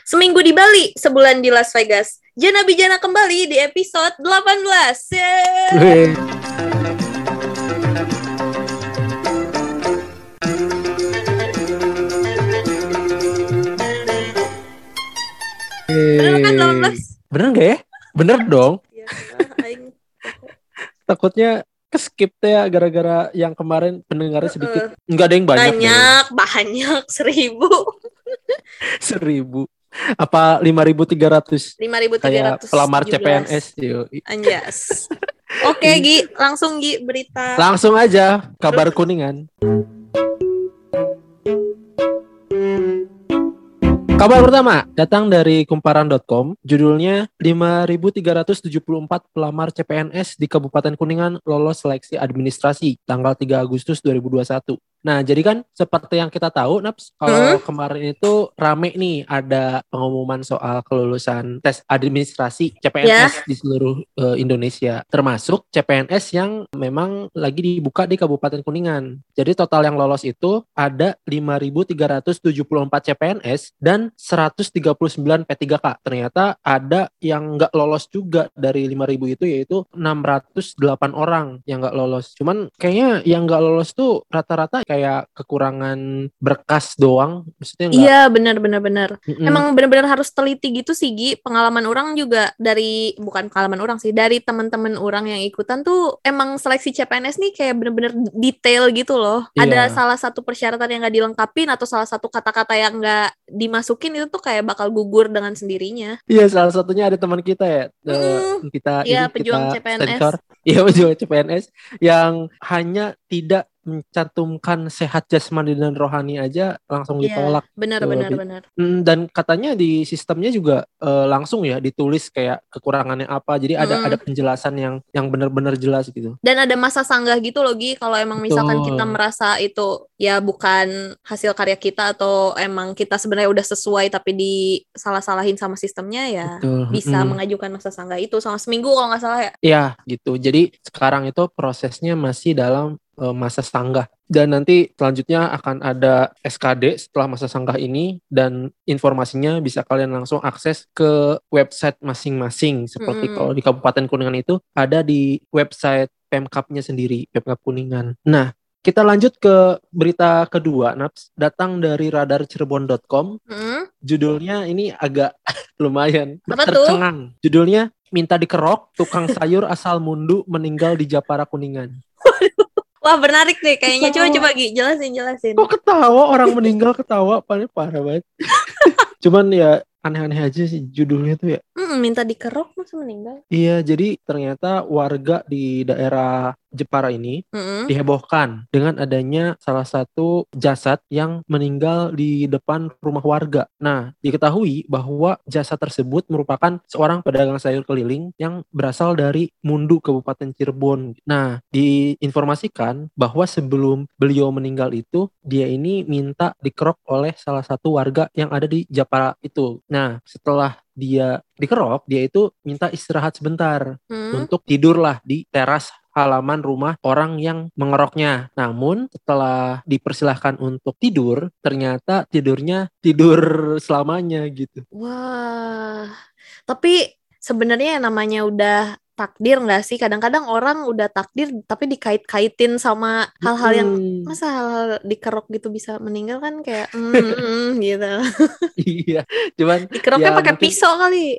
Seminggu di Bali, sebulan di Las Vegas. Jana Bijana kembali di episode 18. Yeay. Bener kan 18? Bener gak ya? Bener dong. Takutnya ke-skip ya gara-gara yang kemarin pendengarnya sedikit. Enggak ada yang banyak. Banyak 1.000. 1.000. Apa 5.300? 5.300. Kayak pelamar CPNS. Anjas. Oke, Gi, langsung Gi berita. Langsung aja kabar Kuningan. Kabar pertama datang dari kumparan.com, judulnya 5.374 pelamar CPNS di Kabupaten Kuningan lolos seleksi administrasi tanggal 3 Agustus 2021. Nah, jadi kan seperti yang kita tahu, Naps, kalau kemarin itu rame nih ada pengumuman soal kelulusan tes administrasi CPNS di seluruh Indonesia, termasuk CPNS yang memang lagi dibuka di Kabupaten Kuningan. Jadi total yang lolos itu ada 5.374 CPNS dan 139 P3K. Ternyata ada yang nggak lolos juga dari 5.000 itu, yaitu 608 orang yang nggak lolos. Cuman kayaknya yang nggak lolos tuh rata-rata kayak kekurangan berkas doang, maksudnya enggak. Iya, benar. Emang benar-benar harus teliti gitu sih, Gi. Pengalaman orang juga bukan pengalaman orang sih, dari teman-teman orang yang ikutan tuh emang seleksi CPNS nih kayak benar-benar detail gitu loh. Iya. Ada salah satu persyaratan yang nggak dilengkapin atau salah satu kata-kata yang nggak dimasukin itu tuh kayak bakal gugur dengan sendirinya. Iya, salah satunya ada teman kita ya. Pejuang CPNS. Iya, pejuang CPNS yang hanya tidak mencantumkan sehat jasmani dan rohani aja langsung ditolak. Benar. Dan katanya di sistemnya juga langsung ya ditulis kayak kekurangannya apa. Jadi ada penjelasan yang benar-benar jelas gitu. Dan ada masa sanggah gitu loh, Gi, kalau emang misalkan kita merasa itu ya bukan hasil karya kita atau emang kita sebenarnya udah sesuai tapi disalah-salahin sama sistemnya ya. Bisa mengajukan masa sanggah itu selama seminggu kalau nggak salah ya. Iya gitu. Jadi sekarang itu prosesnya masih dalam masa sanggah, dan nanti selanjutnya akan ada SKD setelah masa sanggah ini, dan informasinya bisa kalian langsung akses ke website masing-masing. Seperti kalau di Kabupaten Kuningan itu ada di website Pemkapnya sendiri, Pemkap Kuningan. Nah, kita lanjut ke berita kedua, Naps, datang dari radarcirebon.com. Judulnya ini agak lumayan tercengang. Judulnya, minta dikerok, tukang sayur asal Mundu meninggal di Japara Kuningan. Wah, menarik deh kayaknya. Coba Gi, jelasin. Kok ketawa, orang meninggal ketawa, parah banget. Cuman ya aneh-aneh aja sih judulnya tuh ya. Minta dikerok masa meninggal. Iya, jadi ternyata warga di daerah Jepara ini dihebohkan dengan adanya salah satu jasad yang meninggal di depan rumah warga. Nah, diketahui bahwa jasad tersebut merupakan seorang pedagang sayur keliling yang berasal dari Mundu, Kabupaten Cirebon. Nah, diinformasikan bahwa sebelum beliau meninggal itu, dia ini minta dikerok oleh salah satu warga yang ada di Jepara itu. Nah, setelah dia dikerok, dia itu minta istirahat sebentar untuk tidurlah di teras halaman rumah orang yang mengeroknya. Namun setelah dipersilahkan untuk tidur, ternyata tidurnya tidur selamanya gitu. Wah, tapi sebenarnya yang namanya udah takdir nggak sih? Kadang-kadang orang udah takdir tapi dikait-kaitin sama hal-hal yang masa hal-hal dikerok gitu bisa meninggal kan kayak gitu. Iya, cuman dikeroknya ya, pakai pisau kali.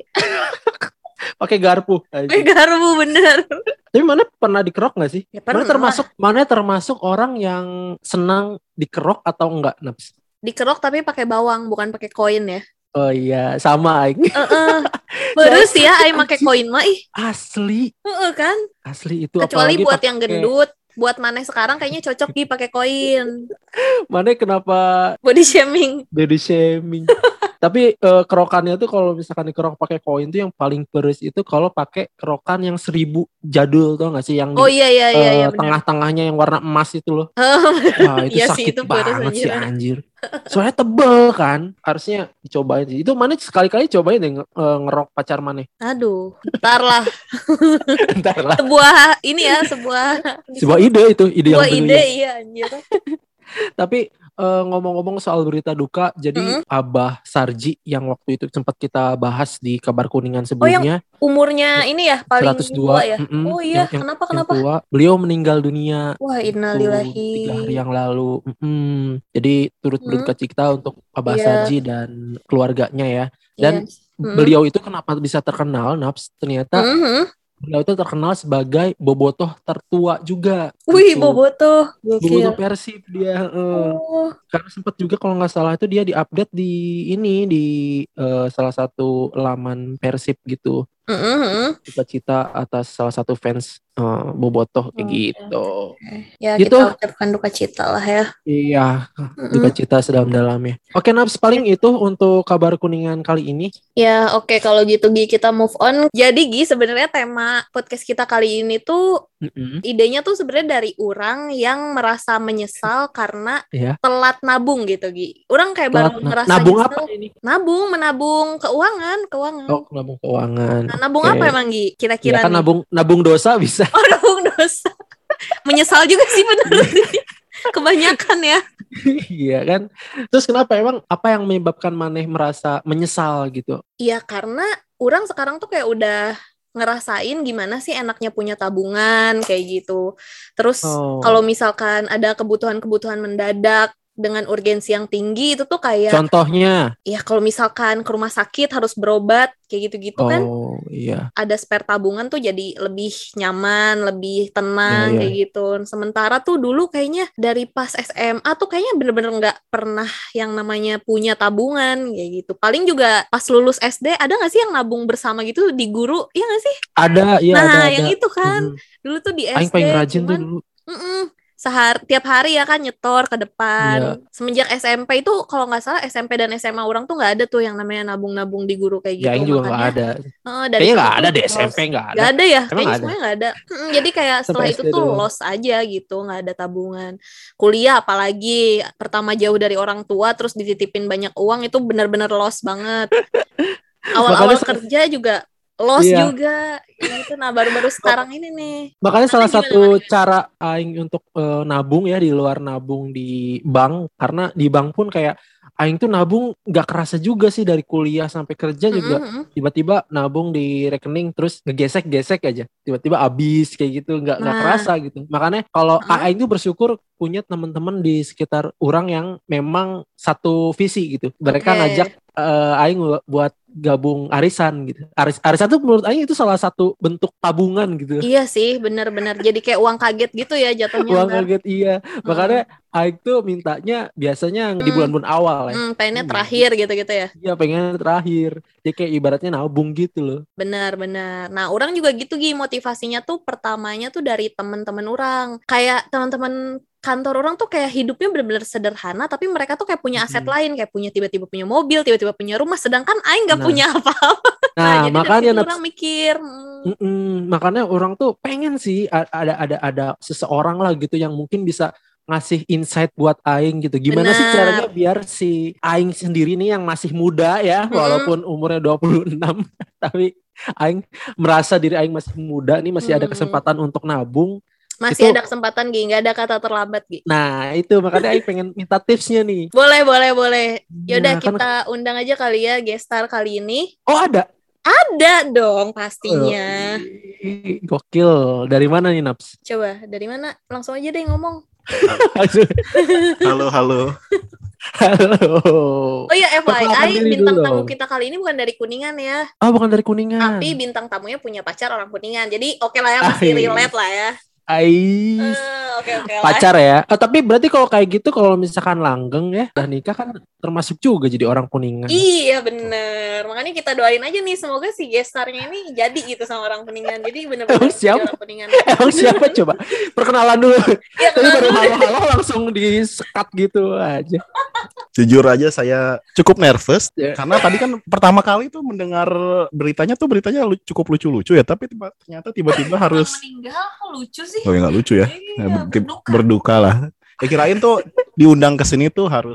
Pakai garpu. Pakai garpu, bener. Tapi mana pernah dikerok nggak sih? Ya, mana termasuk orang yang senang dikerok atau enggak, Naps? Dikerok tapi pakai bawang, bukan pakai koin ya. Oh iya, sama aing. Baru sih ya aing pakai koin mah ih. Asli. Kan? Asli itu. Kecuali buat yang gendut. Buat Maneh sekarang kayaknya cocok Gi pakai koin. Maneh kenapa body shaming? Tapi kerokannya tuh kalau misalkan dikerok pakai koin tuh yang paling peres itu kalau pakai kerokan yang 1000 jadul, tau gak sih, yang iya, tengah-tengahnya yang warna emas itu loh. Wah, itu iya sakit sih, itu banget sih anjir. Soalnya tebel kan, harusnya dicobain sih. Itu Maneh sekali-kali cobain deh ngerok pacar Maneh. Aduh, ntar lah. Ntar lah. Sebuah ide itu, ide yang ide, iya anjir. Tapi ngomong-ngomong soal berita duka, jadi Abah Sarji yang waktu itu sempat kita bahas di kabar kuningan sebelumnya. Oh, yang umurnya ini ya paling 102, tua ya? Oh iya, yang kenapa? tua, beliau meninggal dunia. Wah, Tuh, innalillahi. 3 hari yang lalu. Jadi turut berduka cita untuk Abah Sarji dan keluarganya ya. Dan beliau itu kenapa bisa terkenal, Naps? Ternyata beliau itu terkenal sebagai bobotoh tertua juga. Wih, Gitu. bobotoh. Bobotoh Persib dia. Karena sempat juga kalau nggak salah itu dia diupdate di salah satu laman Persib gitu. Cita-cita atas salah satu fans bobotoh kayak gitu. Ya gitu. kita ucapkan duka cita lah ya. Iya, duka cita sedalam-dalamnya. Oke, Naps, paling itu untuk kabar kuningan kali ini. Ya, oke, kalau gitu Gi kita move on. Jadi Gi sebenarnya tema podcast kita kali ini tuh idenya tuh sebenarnya dari orang yang merasa menyesal karena telat nabung gitu Gi. Orang kayak baru ngerasa nabung nyesel. Apa ini? Menabung keuangan. Oh, nabung keuangan. Nah, nabung apa emang Gi? Kira-kira ya kan nih. nabung dosa bisa. Oh, nabung dosa. Menyesal juga sih bener sih. Kebanyakan ya. Iya kan. Terus kenapa emang apa yang menyebabkan Maneh merasa menyesal gitu? Iya, karena orang sekarang tuh kayak udah ngerasain gimana sih enaknya punya tabungan kayak gitu. Terus kalau misalkan ada kebutuhan-kebutuhan mendadak dengan urgensi yang tinggi itu tuh kayak contohnya ya kalau misalkan ke rumah sakit harus berobat kayak gitu-gitu kan iya. Ada spare tabungan tuh jadi lebih nyaman, lebih tenang kayak gitu. Sementara tuh dulu kayaknya dari pas SMA tuh kayaknya bener-bener nggak pernah yang namanya punya tabungan kayak gitu. Paling juga pas lulus SD ada nggak sih yang nabung bersama gitu di guru, iya nggak sih? Ada, iya nah, ada. yang itu kan dulu tuh di SD. Aing paling rajin tuh dulu. Tiap hari ya kan nyetor ke depan. Semenjak SMP itu kalau nggak salah SMP dan SMA orang tuh nggak ada tuh yang namanya nabung-nabung di guru kayak gitu. Ya, juga nggak ada. Kayaknya nggak ada di SMP, nggak ada. Nggak ada ya? Kayaknya semuanya nggak ada. Jadi kayak setelah itu tuh lost aja gitu, nggak ada tabungan. Kuliah apalagi pertama jauh dari orang tua terus dititipin banyak uang itu benar-benar lost banget. Awal-awal kerja juga loss juga gitu. Nah baru-baru sekarang ini nih makanya salah satu cara aing untuk nabung ya di luar nabung di bank, karena di bank pun kayak aing tuh nabung gak kerasa juga sih dari kuliah sampai kerja juga tiba-tiba nabung di rekening terus ngegesek-gesek aja tiba-tiba habis kayak gitu nggak kerasa gitu. Makanya kalau aing tuh bersyukur punya teman-teman di sekitar orang yang memang satu visi gitu. Mereka ngajak aing buat gabung arisan gitu. Arisan tuh menurut aing itu salah satu bentuk tabungan gitu. Iya sih, benar-benar jadi kayak uang kaget gitu ya jatuhnya. Uang kaget iya. Makanya aing tuh mintanya biasanya di bulan-bulan awal ya. Pengennya terakhir gitu-gitu ya. Iya, pengennya terakhir. Jadi kayak ibaratnya nabung gitu loh. Benar-benar. Nah, orang juga gitu Gi, motivasinya tuh pertamanya tuh dari teman-teman orang. Kayak teman-teman kantor orang tuh kayak hidupnya benar-benar sederhana, tapi mereka tuh kayak punya aset lain, kayak punya tiba-tiba punya mobil, tiba-tiba punya rumah, sedangkan aing nggak punya apa-apa. Nah, jadi makanya orang mikir. Makanya orang tuh pengen sih ada seseorang lah gitu yang mungkin bisa ngasih insight buat aing gitu. Gimana sih caranya biar si aing sendiri nih yang masih muda ya, walaupun umurnya 26, tapi aing merasa diri aing masih muda nih, masih ada kesempatan untuk nabung. Masih ada kesempatan Gi, nggak ada kata terlambat Gi. Nah itu makanya Aing pengen minta tipsnya nih. Boleh. Yaudah kita undang aja kali ya gestar kali ini. Oh ada? Ada dong pastinya. Gokil. Dari mana nih Naps? Coba dari mana? Langsung aja deh ngomong. Halo. Oh iya FYI bintang tamu kita kali ini bukan dari Kuningan ya. Oh bukan dari Kuningan. Tapi bintang tamunya punya pacar orang Kuningan. Jadi oke lah ya, masih relate lah ya. Okay, pacar ya. Tapi berarti kalau kayak gitu, kalau misalkan langgeng ya udah nikah kan termasuk juga jadi orang Kuningan. Iya bener. Makanya kita doain aja nih, semoga si gestarnya ini jadi gitu sama orang Kuningan. Jadi bener-bener siapa? Orang Kuningan. Siapa coba? Perkenalan dulu. Ya, tapi baru halo-halo langsung di-sekat gitu aja. Jujur aja saya cukup nervous karena tadi kan pertama kali tuh mendengar beritanya cukup lucu-lucu ya, tapi ternyata tiba-tiba harus meninggal lucu sih. Oh ya nggak lucu ya, berduka lah. Kirain tuh diundang ke sini tuh harus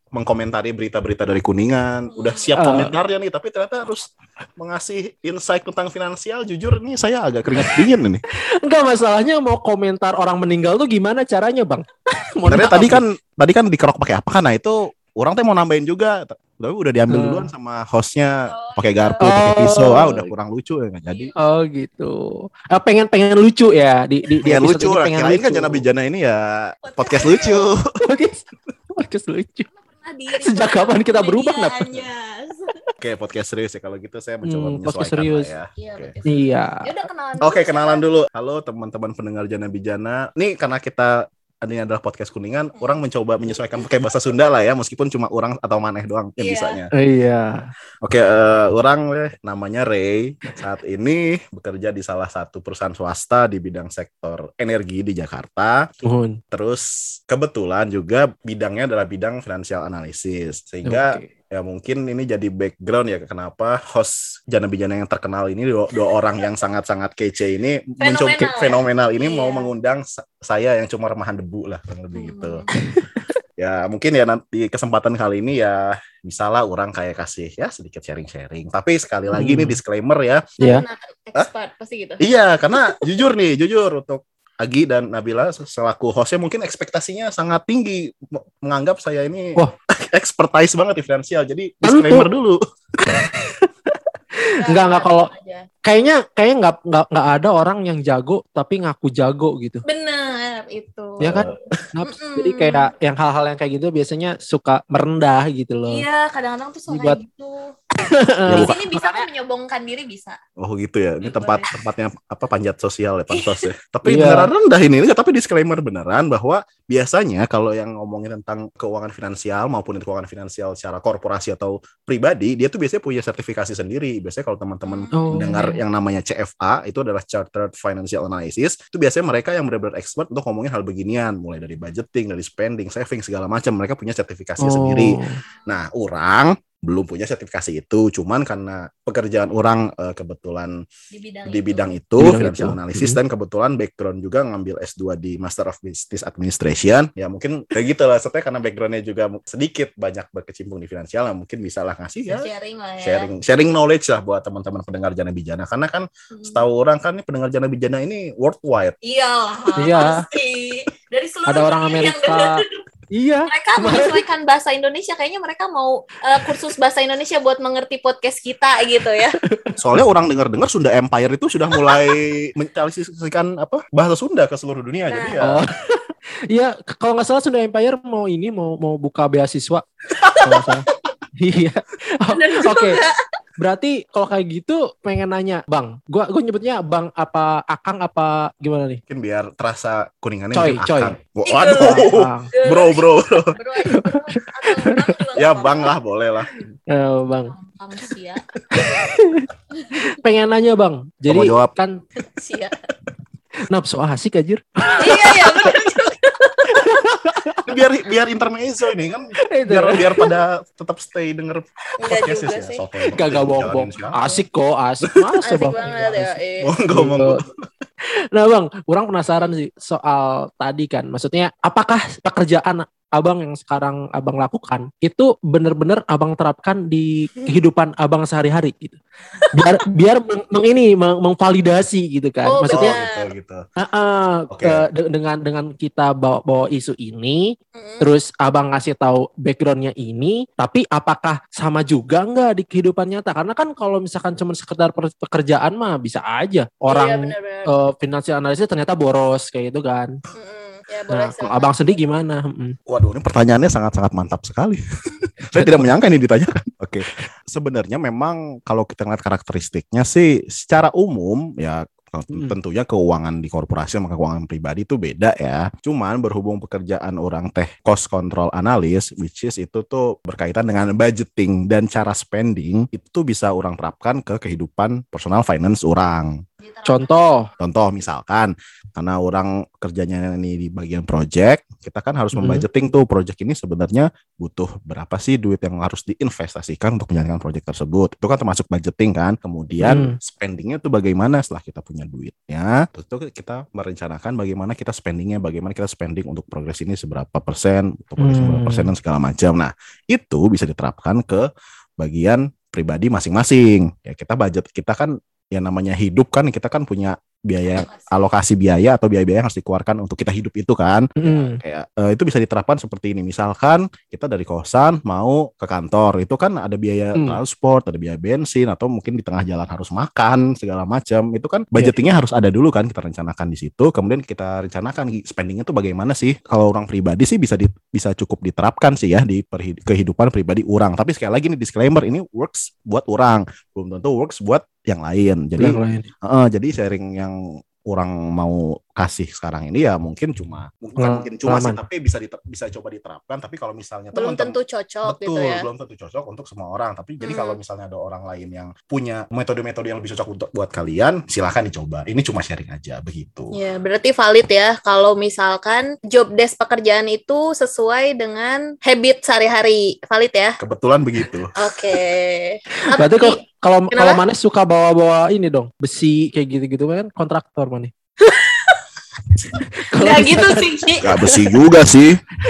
mengkomentari berita-berita dari Kuningan, udah siap komentarnya nih, tapi ternyata harus mengasih insight tentang finansial. Jujur nih saya agak keringat dingin ini. Enggak, masalahnya mau komentar orang meninggal tuh gimana caranya, Bang? Sebenarnya tadi kan dikerok pakai apa kan? Nah itu orang teh mau nambahin juga, tapi udah diambil duluan sama hostnya pakai garpu, pakai pisau. Udah kurang lucu ya nggak jadi. Oh gitu. Pengen lucu ya di lucu lah. Kirain kan Jana Bijana ini ya podcast lucu. Podcast lucu. Sejak kapan kita berubah? Oke, podcast serius ya. Kalau gitu saya mencoba podcast menyesuaikan serius. lah ya. Iya. Oke, kenalan dulu. Halo teman-teman pendengar Jana Bijana. Nih karena kita ini adalah podcast Kuningan, orang mencoba menyesuaikan pakai bahasa Sunda lah ya, meskipun cuma orang atau maneh doang yang bisanya. Iya. Oke, orang namanya Ray. Saat ini bekerja di salah satu perusahaan swasta di bidang sektor energi di Jakarta. Terus kebetulan juga bidangnya adalah bidang financial analysis. Sehingga ya mungkin ini jadi background ya kenapa host Jana Bijana yang terkenal ini dua orang yang sangat-sangat kece ini fenomenal ini mau mengundang saya yang cuma remahan debu lah lebih gitu. Ya mungkin ya nanti kesempatan kali ini ya misalnya orang kayak kasih ya sedikit sharing-sharing. Tapi sekali lagi nih disclaimer ya. Iya. Expert pasti gitu. Iya, karena jujur untuk Agi dan Nabila selaku hostnya mungkin ekspektasinya sangat tinggi, menganggap saya ini expertise banget di finansial. Jadi disclaimer dulu. Enggak kalau kayaknya enggak ada orang yang jago tapi ngaku jago gitu. Benar itu. Ya kan? Jadi kayak yang hal-hal yang kayak gitu biasanya suka merendah gitu loh. Iya, kadang-kadang tuh suka kayak gitu. Di sini bisa kan menyombongkan diri bisa. Oh gitu ya. Ini tempatnya apa panjat sosial ya, pansos ya. Tapi beneran rendah ini. Tapi disclaimer beneran bahwa biasanya kalau yang ngomongin tentang keuangan finansial maupun keuangan finansial secara korporasi atau pribadi, dia tuh biasanya punya sertifikasi sendiri. Biasanya kalau teman-teman mendengar yang namanya CFA, itu adalah Chartered Financial Analysis, itu biasanya mereka yang benar-benar expert untuk ngomongin hal beginian, mulai dari budgeting, dari spending, saving, segala macam. Mereka punya sertifikasi sendiri. Nah, orang belum punya sertifikasi itu, cuman karena pekerjaan orang kebetulan di bidang itu financial analysis dan kebetulan background juga ngambil S2 di Master of Business Administration, ya mungkin kayak gitu lah. Setelah karena backgroundnya juga sedikit banyak berkecimpung di finansial, mungkin bisa lah ngasih ya sharing knowledge lah buat teman-teman pendengar Jana Bijana, karena kan setahu orang kan pendengar Jana Bijana ini worldwide. Iya. Pasti dari seluruh ada orang Amerika. Iya. Mereka menyesuaikan bahasa Indonesia. Kayaknya mereka mau kursus bahasa Indonesia buat mengerti podcast kita gitu ya. Soalnya orang dengar-dengar Sunda Empire itu sudah mulai mentransisikan bahasa Sunda ke seluruh dunia. Jadi ya. Iya, kalau nggak salah Sunda Empire mau buka beasiswa. Kalau nggak salah. Iya. Oke. Berarti kalau kayak gitu pengen nanya, Bang. Gua nyebutnya Bang apa Akang apa gimana nih? Mungkin biar terasa kuningannya Coy. Akang. Waduh. Bro. Ya Bang lah, boleh lah. Bang. Pengen nanya, Bang. Jadi kan nafsu asik anjir. Iya, benar juga. biar intermezzo ini kan biar pada tetap stay denger podcastnya sih. Gak bohong. Asik kok, asik. Masa asik Bang? Banget ya. Monggo. Nah Bang, orang penasaran sih soal tadi kan. Maksudnya apakah pekerjaan Abang yang sekarang Abang lakukan itu benar-benar Abang terapkan di kehidupan Abang sehari-hari gitu. Biar mengvalidasi gitu kan. Maksudnya gitu. Dengan kita bawa isu ini, terus Abang ngasih tahu backgroundnya ini, tapi apakah sama juga nggak di kehidupan nyata? Karena kan kalau misalkan cuma sekedar pekerjaan mah bisa aja orang financial analysis ternyata boros kayak itu kan. Ya, nah, kalau Abang sendiri gimana? Waduh, ini pertanyaannya sangat-sangat mantap sekali. Saya tidak menyangka ini ditanyakan. Oke. Sebenarnya memang kalau kita lihat karakteristiknya sih secara umum ya tentunya keuangan di korporasi sama keuangan pribadi itu beda ya. Cuman berhubung pekerjaan orang cost control analyst, which is itu tuh berkaitan dengan budgeting dan cara spending, itu tuh bisa orang terapkan ke kehidupan personal finance orang. Contoh misalkan karena orang kerjanya ini di bagian project, kita kan harus membudgeting tuh project ini sebenarnya butuh berapa sih duit yang harus diinvestasikan untuk menjalankan project tersebut. Itu kan termasuk budgeting kan. Kemudian spendingnya tuh bagaimana setelah kita punya duitnya. Terus tuh kita merencanakan bagaimana kita spendingnya, bagaimana kita spending untuk progres ini seberapa persen, untuk progres seberapa persen dan segala macam. Nah, itu bisa diterapkan ke bagian pribadi masing-masing. Ya kita budget, kita kan yang namanya hidup kan, kita kan punya biaya, alokasi biaya atau biaya-biaya yang harus dikeluarkan untuk kita hidup itu kan. Kayak itu bisa diterapkan seperti ini. Misalkan kita dari kosan mau ke kantor, itu kan ada biaya transport, ada biaya bensin, atau mungkin di tengah jalan harus makan segala macam. Itu kan budgetingnya harus ada dulu kan, kita rencanakan di situ. Kemudian kita rencanakan spendingnya tuh bagaimana sih. Kalau orang pribadi sih bisa cukup diterapkan sih ya di kehidupan pribadi orang. Tapi sekali lagi nih disclaimer, ini works buat orang, belum tentu works buat yang lain. Jadi jadi sharing yang orang mau kasih sekarang ini ya mungkin cuma sih, tapi bisa coba diterapkan. Tapi kalau misalnya belum tentu cocok, betul, gitu ya. belum tentu cocok untuk semua orang. Tapi jadi kalau misalnya ada orang lain yang punya metode-metode yang lebih cocok untuk buat kalian, silakan dicoba. Ini cuma sharing aja begitu. Ya, berarti valid ya kalau misalkan job desk pekerjaan itu sesuai dengan habit sehari-hari. Valid ya? Kebetulan begitu. Oke. Berarti kalau Manes suka bawa-bawa ini dong, besi kayak gitu-gitu kan, kontraktor Manes. Nggak gitu sih, Ki. Nggak besi juga sih.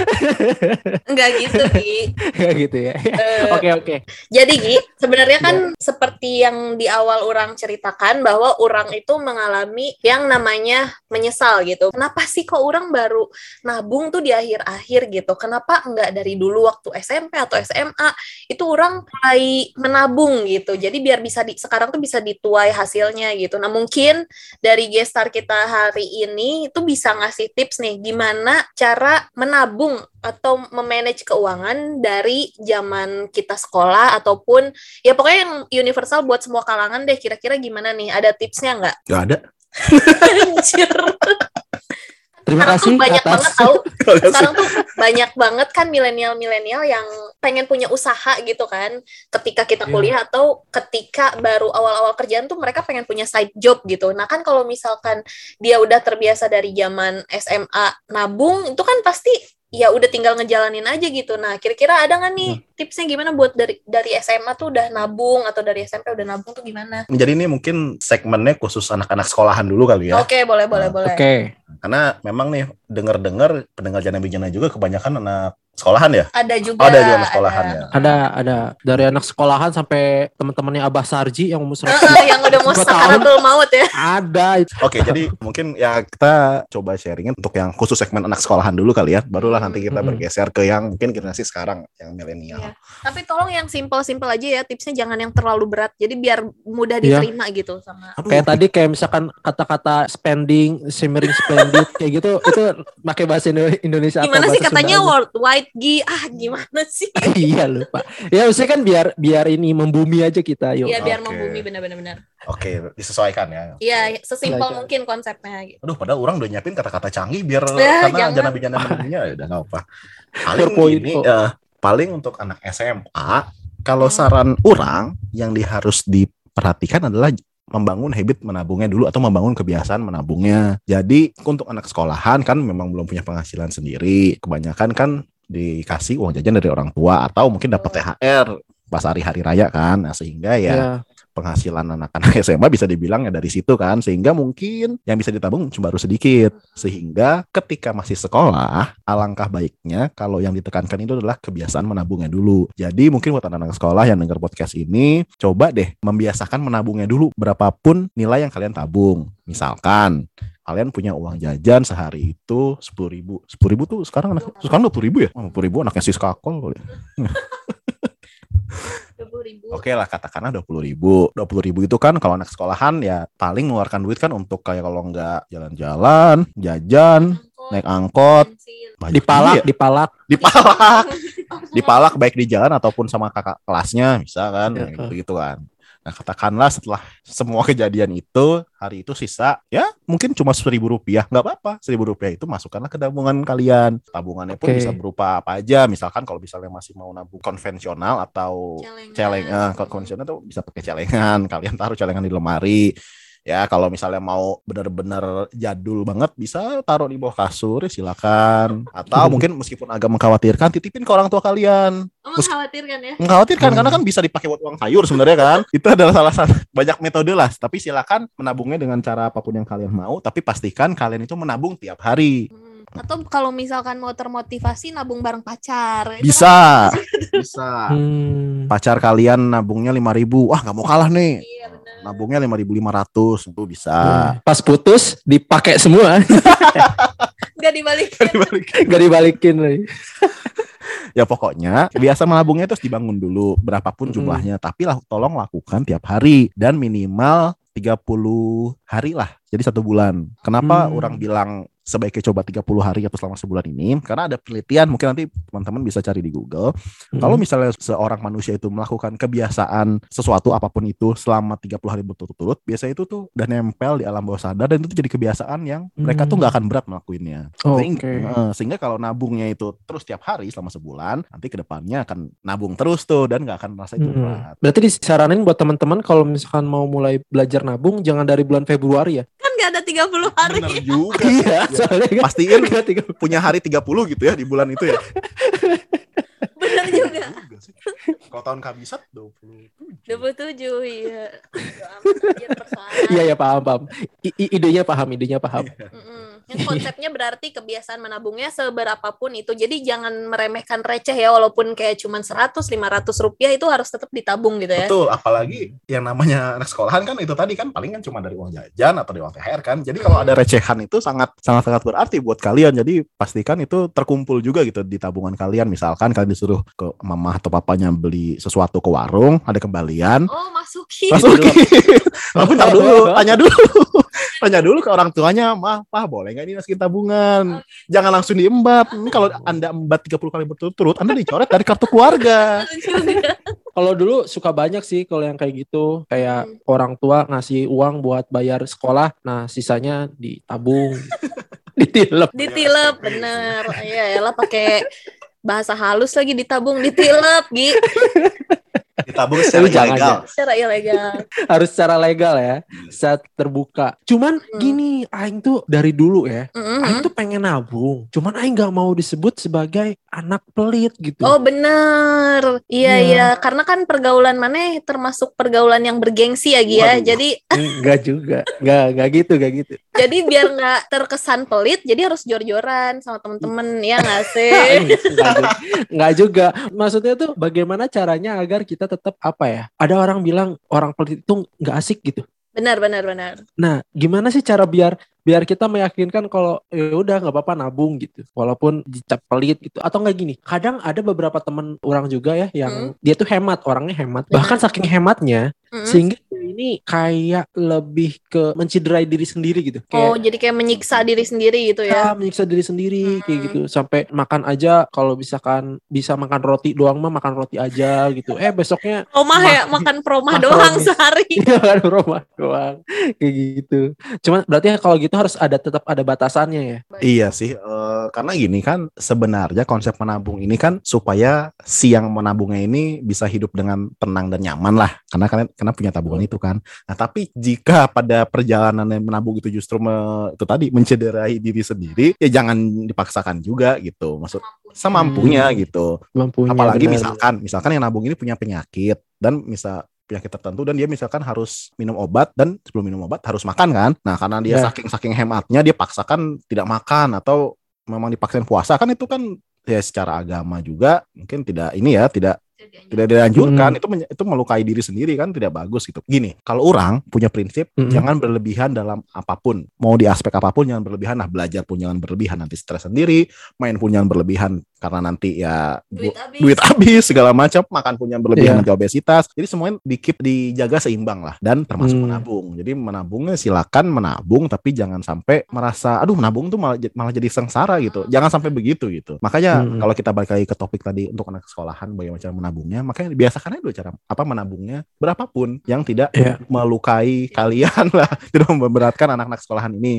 Nggak gitu, Ki. Nggak gitu ya. Oke. Jadi, Ki, sebenarnya kan seperti yang di awal orang ceritakan bahwa orang itu mengalami yang namanya menyesal gitu. Kenapa sih kok orang baru nabung tuh di akhir-akhir gitu? Kenapa nggak dari dulu waktu SMP atau SMA itu orang mulai menabung gitu. Jadi biar bisa sekarang tuh bisa dituai hasilnya gitu. Nah, mungkin dari gestar kita hari ini itu bisa ngasih tips nih gimana cara menabung atau memanage keuangan dari zaman kita sekolah ataupun ya pokoknya yang universal buat semua kalangan deh. Kira-kira gimana nih? Ada tipsnya nggak? Nggak ada. Anjir. Terima kasih banyak atas. banget tahu. Sekarang tuh banyak banget kan milenial yang pengen punya usaha gitu kan. Ketika kita kuliah atau ketika baru awal-awal kerjaan tuh mereka pengen punya side job gitu. Nah kan kalau misalkan dia udah terbiasa dari zaman SMA nabung, itu kan pasti ya udah tinggal ngejalanin aja gitu. Nah kira-kira ada nggak nih tipsnya gimana buat dari SMA tuh udah nabung atau dari SMP udah nabung tuh gimana? Jadi ini mungkin segmennya khusus anak-anak sekolahan dulu kali ya. Oke, boleh. Oke. Karena memang nih dengar pendengar Jana Bijana juga kebanyakan anak sekolahan ya? Ada juga. Ada juga anak sekolahan ya? Ada. Dari anak sekolahan sampai teman-temannya Abah Sarji yang umur 100 yang udah mau sakaratul maut ya? Ada. Oke, jadi mungkin ya kita coba sharingin untuk yang khusus segmen anak sekolahan dulu kali ya. Barulah nanti kita bergeser ke yang mungkin generasi sekarang, yang milenial. Ya. Tapi tolong yang simpel-simpel aja ya, tipsnya jangan yang terlalu berat. Jadi biar mudah diterima gitu sama. Kayak misalkan kata-kata spending, simmering splendid kayak gitu, itu pakai bahasa Indonesia atau gimana bahasa sih katanya Sunda worldwide gimana sih? Iya lupa. Ya maksudnya kan biar ini membumi aja kita yuk. Iya biar membumi benar-benar. Oke, disesuaikan ya. Iya, sesimpel mungkin konsepnya gitu. Aduh, padahal orang udah nyiapin kata-kata canggih biar karena Jana Bijana menunya ya udah enggak apa. Paling untuk anak SMA, kalau saran orang yang harus diperhatikan adalah membangun habit menabungnya dulu atau membangun kebiasaan menabungnya. Jadi untuk anak sekolahan kan memang belum punya penghasilan sendiri. Kebanyakan kan dikasih uang jajan dari orang tua atau mungkin dapat THR pas hari-hari raya kan. Nah, sehingga penghasilan anak-anak SMA bisa dibilang ya dari situ kan, sehingga mungkin yang bisa ditabung cuma baru sedikit. Sehingga ketika masih sekolah, alangkah baiknya kalau yang ditekankan itu adalah kebiasaan menabungnya dulu. Jadi mungkin buat anak-anak sekolah yang dengar podcast ini, coba deh membiasakan menabungnya dulu berapapun nilai yang kalian tabung. Misalkan kalian punya uang jajan sehari itu 10.000. 10.000 tuh sekarang 20.000 ya? 20.000 anaknya sis kakol. 20.000. Oke lah, katakanlah 20.000. 20.000 itu kan kalau anak sekolahan ya paling mengeluarkan duit kan untuk kayak kalau nggak jalan-jalan, jajan, naik angkot, dipalak baik di jalan ataupun sama kakak kelasnya, bisa kan, gitu kan. Nah, katakanlah setelah semua kejadian itu, hari itu sisa, ya mungkin cuma Rp1.000. Nggak apa-apa, Rp1.000 itu masukkanlah ke tabungan kalian. Tabungannya pun bisa berupa apa aja. Misalkan kalau misalnya masih mau nabung konvensional atau konvensional tuh bisa pakai celengan. Kalian taruh celengan di lemari. Ya kalau misalnya mau benar-benar jadul banget bisa taruh di bawah kasur ya silakan. Atau mungkin meskipun agak mengkhawatirkan titipin ke orang tua kalian. Mengkhawatirkan ya. Mengkhawatirkan karena kan bisa dipakai buat uang sayur sebenarnya kan. Itu adalah salah satu banyak metode lah. Tapi silakan menabungnya dengan cara apapun yang kalian mau. Tapi pastikan kalian itu menabung tiap hari. Atau kalau misalkan mau termotivasi nabung bareng pacar. Bisa. Bisa. Pacar kalian nabungnya 5.000. Wah, nggak mau kalah nih. Iya, bener. Nabungnya 5.500 itu bisa. Pas putus dipakai semua. Gak dibalikin. Gak dibalikin lagi. Ya pokoknya biasa menabungnya terus dibangun dulu berapapun jumlahnya. Tapi tolong lakukan tiap hari dan minimal 30 hari lah. Jadi 1 bulan. Kenapa orang bilang sebaiknya coba 30 hari atau selama sebulan ini? Karena ada penelitian, mungkin nanti teman-teman bisa cari di Google. Kalau misalnya seorang manusia itu melakukan kebiasaan sesuatu apapun itu selama 30 hari berturut-turut, biasanya itu tuh udah nempel di alam bawah sadar dan itu tuh jadi kebiasaan yang mereka tuh nggak akan berat melakuinnya. Sehingga kalau nabungnya itu terus tiap hari selama sebulan, nanti kedepannya akan nabung terus tuh dan nggak akan merasa itu berat. Berarti disaranin buat teman-teman kalau misalkan mau mulai belajar nabung jangan dari bulan Februari ya? Kan gak ada 30 hari. Benar juga. Iya, soalnya kan pastiin punya hari 30 gitu ya di bulan itu ya. Benar juga. Kalau tahun kabisat 27. Iya. Iya paham. Idenya paham. Yang konsepnya berarti kebiasaan menabungnya seberapapun itu. Jadi jangan meremehkan receh ya, walaupun kayak cuman 100-500 rupiah itu harus tetap ditabung gitu ya. Betul, apalagi yang namanya anak sekolahan kan itu tadi kan paling kan cuma dari uang jajan atau dari uang THR kan. Jadi kalau ada recehan itu sangat berarti buat kalian. Jadi pastikan itu terkumpul juga gitu di tabungan kalian. Misalkan kalian disuruh ke mama atau papanya beli sesuatu ke warung, ada kembalian. Oh, masukin. Tapi tanya dulu ke orang tuanya, "Pak, boleh nggak ini masukin tabungan?" Jangan langsung diembat. Ini kalau Anda embat 30 kali berturut-turut, Anda dicoret dari kartu keluarga. Kalau dulu suka banyak sih kalau yang kayak gitu, kayak orang tua ngasih uang buat bayar sekolah, nah sisanya ditabung, ditilep, bener. Iya, elah pakai bahasa halus lagi, ditabung, ditilep, Gi. Ditabung secara ilegal. Harus secara legal ya, saat terbuka. Cuman gini, Aing tuh dari dulu ya, Aing tuh pengen nabung. Cuman Aing gak mau disebut sebagai anak pelit gitu. Oh bener, iya. Karena kan pergaulan mana termasuk pergaulan yang bergengsi ya Gi ya. Jadi enggak juga, enggak gitu. Jadi biar nggak terkesan pelit, jadi harus jor-joran sama temen-temen ya nggak sih? Nggak juga. Maksudnya tuh bagaimana caranya agar kita tetap apa ya? Ada orang bilang orang pelit itu nggak asik gitu. Benar. Nah, gimana sih cara biar kita meyakinkan kalau ya udah nggak apa-apa nabung gitu, walaupun dicap pelit gitu, atau nggak gini? Kadang ada beberapa teman orang juga ya yang dia tuh orangnya hemat, bahkan saking hematnya sehingga ini kayak lebih ke menciderai diri sendiri gitu. Jadi kayak menyiksa diri sendiri gitu ya? Menyiksa diri sendiri kayak gitu, sampai makan aja kalau misalkan bisa makan roti doang mah makan roti aja gitu. Besoknya makan promah doang sehari. Iya kan, promah doang kayak gitu. Cuman berarti kalau gitu harus tetap ada batasannya ya. Iya sih, karena gini kan sebenarnya konsep menabung ini kan supaya si yang menabungnya ini bisa hidup dengan tenang dan nyaman lah, karena punya tabungan itu kan. Nah tapi jika pada perjalanan yang menabung itu justru itu tadi mencederai diri sendiri, ya jangan dipaksakan juga gitu. Maksud semampunya gitu. Apalagi misalkan yang nabung ini punya penyakit dan penyakit tertentu dan dia misalkan harus minum obat dan sebelum minum obat harus makan kan. Nah, karena dia saking hematnya dia paksakan tidak makan atau memang dipaksain puasa kan, itu kan ya secara agama juga mungkin tidak dianjurkan. Itu melukai diri sendiri kan, tidak bagus gitu. Gini, kalau orang punya prinsip jangan berlebihan dalam apapun, mau di aspek apapun jangan berlebihan. Nah, belajar pun jangan berlebihan, nanti stres sendiri. Main pun jangan berlebihan karena nanti ya duit habis segala macam. Makan pun jangan berlebihan, nanti obesitas. Jadi semuanya dijaga seimbang lah, dan termasuk menabung. Jadi menabungnya silakan menabung, tapi jangan sampai merasa aduh menabung tuh malah jadi sengsara gitu. Jangan sampai begitu gitu. Makanya kalau kita balik lagi ke topik tadi untuk anak sekolahan bagaimana cara menabungnya, makanya biasakan aja dulu cara menabungnya berapapun yang tidak melukai kalian lah, tidak memberatkan anak-anak sekolahan ini.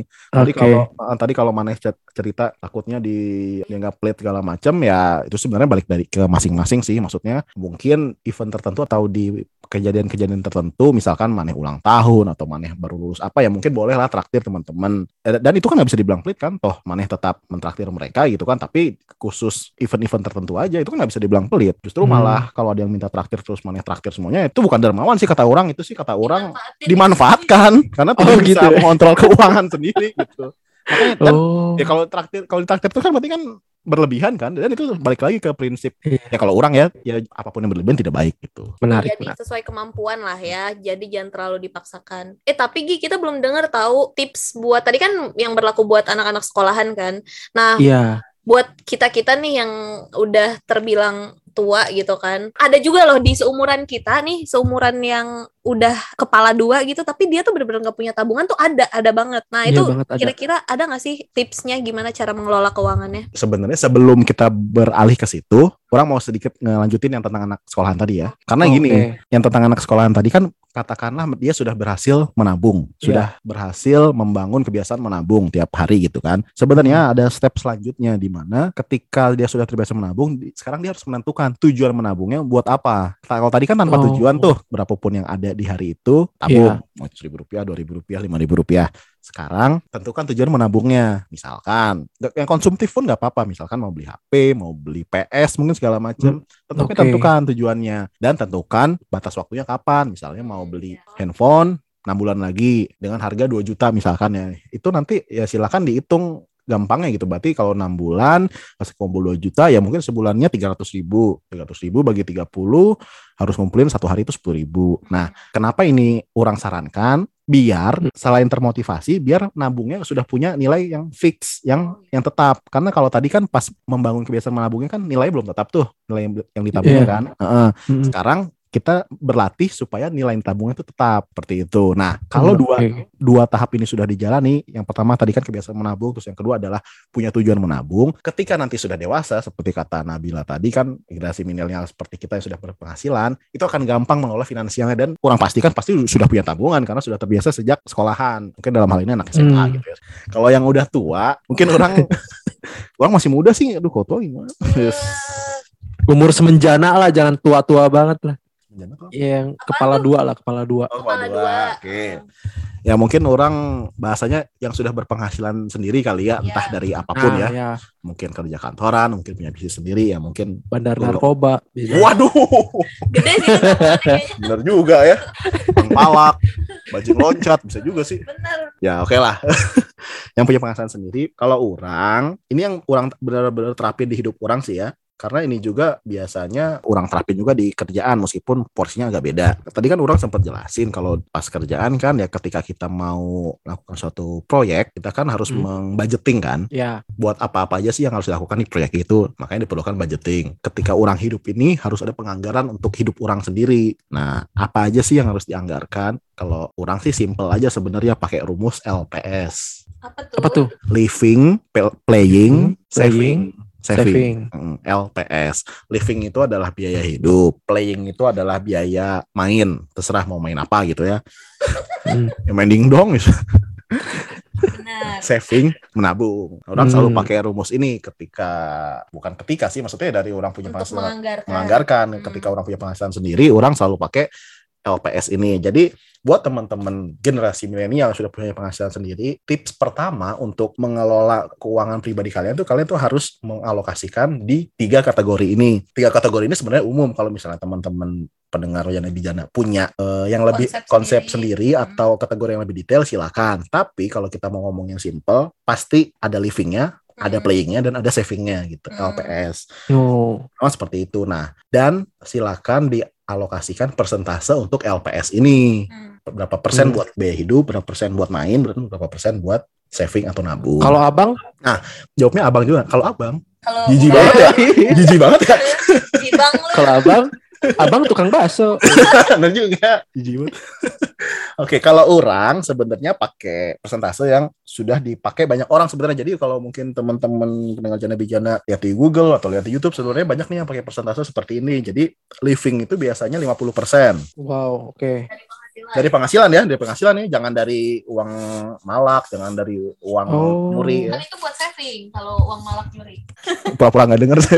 Tadi kalau Maneh cerita takutnya dianggap pelit segala macam, ya itu sebenarnya balik dari ke masing-masing sih. Maksudnya mungkin event tertentu atau di kejadian-kejadian tertentu, misalkan Maneh ulang tahun atau Maneh baru lulus apa, ya mungkin boleh lah traktir teman-teman. Dan itu kan nggak bisa dibilang pelit kan, toh Maneh tetap mentraktir mereka gitu kan. Tapi khusus event-event tertentu aja itu kan nggak bisa dibilang pelit. Justru malah kalau ada yang minta traktir terus Maneh traktir semuanya, itu bukan dermawan sih kata orang. Itu sih kata orang dimanfaatkan karena tidak bisa mengontrol keuangan sendiri gitu. Makanya kan ya kalau ditraktir itu kan berarti kan berlebihan kan, dan itu balik lagi ke prinsip ya kalau orang ya apapun yang berlebihan tidak baik gitu. Menarik. Jadi sesuai kemampuan lah ya, jadi jangan terlalu dipaksakan. Tapi Gi, kita belum dengar tahu tips buat tadi kan yang berlaku buat anak-anak sekolahan kan. Nah, buat kita nih yang udah terbilang tua gitu kan, ada juga loh di seumuran kita nih, seumuran yang udah kepala dua gitu, tapi dia tuh bener-bener gak punya tabungan tuh ada banget. Nah itu kira-kira ada gak sih tipsnya gimana cara mengelola keuangannya? Sebenarnya sebelum kita beralih ke situ, orang mau sedikit ngelanjutin yang tentang anak sekolahan tadi ya. Karena gini, yang tentang anak sekolahan tadi kan katakanlah dia sudah berhasil menabung, sudah berhasil membangun kebiasaan menabung tiap hari gitu kan. Sebenarnya ada step selanjutnya di mana ketika dia sudah terbiasa menabung, sekarang dia harus menentukan tujuan menabungnya buat apa. Kalau tadi kan tanpa tujuan tuh, berapapun yang ada di hari itu tabung, mau Rp1.000, Rp2.000, Rp5.000. Sekarang tentukan tujuan menabungnya. Misalkan yang konsumtif pun nggak apa-apa. Misalkan mau beli HP, mau beli PS, mungkin segala macam. Tentukan tujuannya dan tentukan batas waktunya kapan. Misalnya mau beli handphone 6 bulan lagi dengan harga 2 juta misalkan ya. Itu nanti ya silakan dihitung gampangnya gitu. Berarti kalau 6 bulan kasih kumpul 2 juta ya mungkin sebulannya 300.000 bagi 30 harus ngumpulin satu hari itu 10.000. Nah, kenapa ini orang sarankan? Biar selain termotivasi, biar nabungnya sudah punya nilai yang fix, yang tetap. Karena kalau tadi kan pas membangun kebiasaan menabungnya kan nilai belum tetap tuh, nilai yang ditabungnya kan. Sekarang kita berlatih supaya nilai tabungnya itu tetap seperti itu. Nah, kalau dua tahap ini sudah dijalani, yang pertama tadi kan kebiasaan menabung, terus yang kedua adalah punya tujuan menabung. Ketika nanti sudah dewasa, seperti kata Nabila tadi kan, generasi milenial seperti kita yang sudah berpenghasilan, itu akan gampang mengelola finansialnya dan kurang pastikan pasti sudah punya tabungan karena sudah terbiasa sejak sekolahan. Mungkin dalam hal ini anak SMA gitu ya. Kalau yang udah tua, mungkin orang masih muda sih, aduh kok tua gimana? Umur semenjana lah, jangan tua-tua banget lah. Yang kepala dua. Oke. Ya mungkin orang bahasanya yang sudah berpenghasilan sendiri kali ya, entah dari apapun ya. Mungkin kerja kantoran, mungkin punya bisnis sendiri ya, mungkin bandar narkoba. Waduh. Gede sih. Bener juga ya. Palak, bajing loncat bisa juga sih. Bener. Ya oke lah. Yang punya penghasilan sendiri, kalau orang, ini yang orang benar-benar terapin di hidup orang sih ya. Karena ini juga biasanya orang terapin juga di kerjaan meskipun porsinya agak beda. Tadi kan orang sempat jelasin kalau pas kerjaan kan ya ketika kita mau melakukan suatu proyek, kita kan harus membudgeting kan. Buat apa-apa aja sih yang harus dilakukan di proyek itu. Makanya diperlukan budgeting. Ketika orang hidup ini harus ada penganggaran untuk hidup orang sendiri. Nah, apa aja sih yang harus dianggarkan? Kalau orang sih simple aja sebenarnya pakai rumus LPS. Apa tuh? Living, playing, saving. LPS. Living itu adalah biaya hidup, playing itu adalah biaya main, terserah mau main apa gitu ya. Ya main dingdong gitu. Saving, menabung. Orang selalu pakai rumus ini bukan ketika sih, maksudnya dari orang punya penghasilan menganggarkan. Ketika orang punya penghasilan sendiri, orang selalu pakai LPS ini. Jadi buat teman-teman generasi milenial yang sudah punya penghasilan sendiri, tips pertama untuk mengelola keuangan pribadi kalian tuh harus mengalokasikan di 3 kategori ini. 3 kategori ini sebenarnya umum kalau misalnya teman-teman pendengar Wayana Bijana punya yang lebih konsep sendiri atau kategori yang lebih detail silakan. Tapi kalau kita mau ngomong yang simple, pasti ada livingnya, ada playingnya dan ada savingnya gitu, LPS. Seperti itu. Nah, dan silakan dialokasikan persentase untuk LPS ini. Berapa persen buat biaya hidup, berapa persen buat main, berapa persen buat saving atau nabung. Kalau abang? Nah, jawabnya abang juga. Kalau abang, jijik banget ya. Jijik banget ya. Kalau abang tukang bakso. Benar juga. Jijik banget. Oke, kalau orang sebenarnya pakai persentase yang sudah dipakai banyak orang sebenarnya. Jadi kalau mungkin teman-teman pendengar Jana Bijana lihat di Google atau lihat di YouTube, sebenarnya banyak nih yang pakai persentase seperti ini. Jadi living itu biasanya 50%. Wow, oke. Dari penghasilan ya, dari penghasilan nih, jangan dari uang malak, jangan dari uang nyuri ya. Kan itu buat saving kalau uang malak nyuri. Pura-pura nggak denger.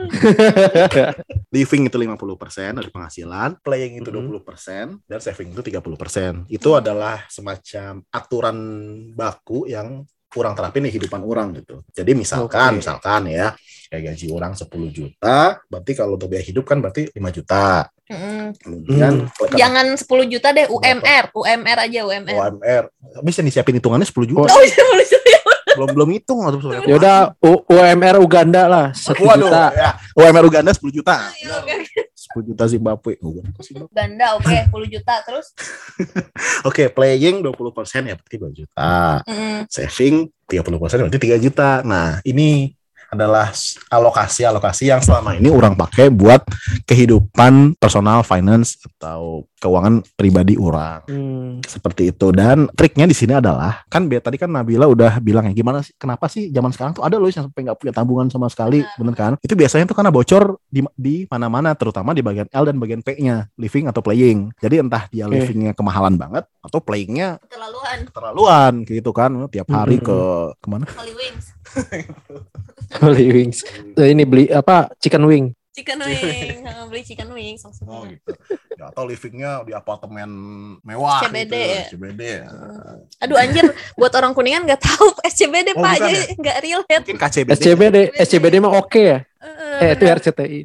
Living itu 50% dari penghasilan, playing itu 20%, dan saving itu 30%. Itu adalah semacam aturan baku yang kurang terapin di kehidupan orang gitu. Jadi misalkan ya, kayak gaji orang 10 juta, berarti kalau untuk biaya hidup kan berarti 5 juta. Kemudian jangan 10 juta deh, UMR aja. UMR. Bisa disiapin hitungannya 10 juta. Oh, 10 juta. belum hitung atau ya udah UMR Uganda lah 1 juta. Ya. UMR Uganda 10 juta. 10 juta Zimbabwe. Uganda 10 juta terus. Oke, playing 20% ya berarti 2 juta. Saving 30% berarti 3 juta. Nah, ini adalah alokasi yang selama ini orang pakai buat kehidupan personal finance atau keuangan pribadi orang. Seperti itu. Dan triknya di sini adalah kan tadi kan Nabila udah bilang ya gimana sih, kenapa sih zaman sekarang tuh ada loh yang sampai nggak punya tabungan sama sekali, bener kan? Itu biasanya tuh karena bocor di mana-mana, terutama di bagian L dan bagian P-nya, living atau playing. Jadi entah dia livingnya kemahalan banget atau playingnya keterlaluan gitu kan, tiap hari kemana? Holy Wings. Holy Wings. Ini beli apa? Chicken wing. Beli chicken wings maksudnya. Oh gitu. Ya, atau livingnya di apartemen mewah SCBD gitu. ya. SCBD ya. Aduh anjir, buat orang Kuningan nggak tahu SCBD Pak, jadi nggak relate. Mungkin KCBD. SCBD mah oke ya. Itu RCTI.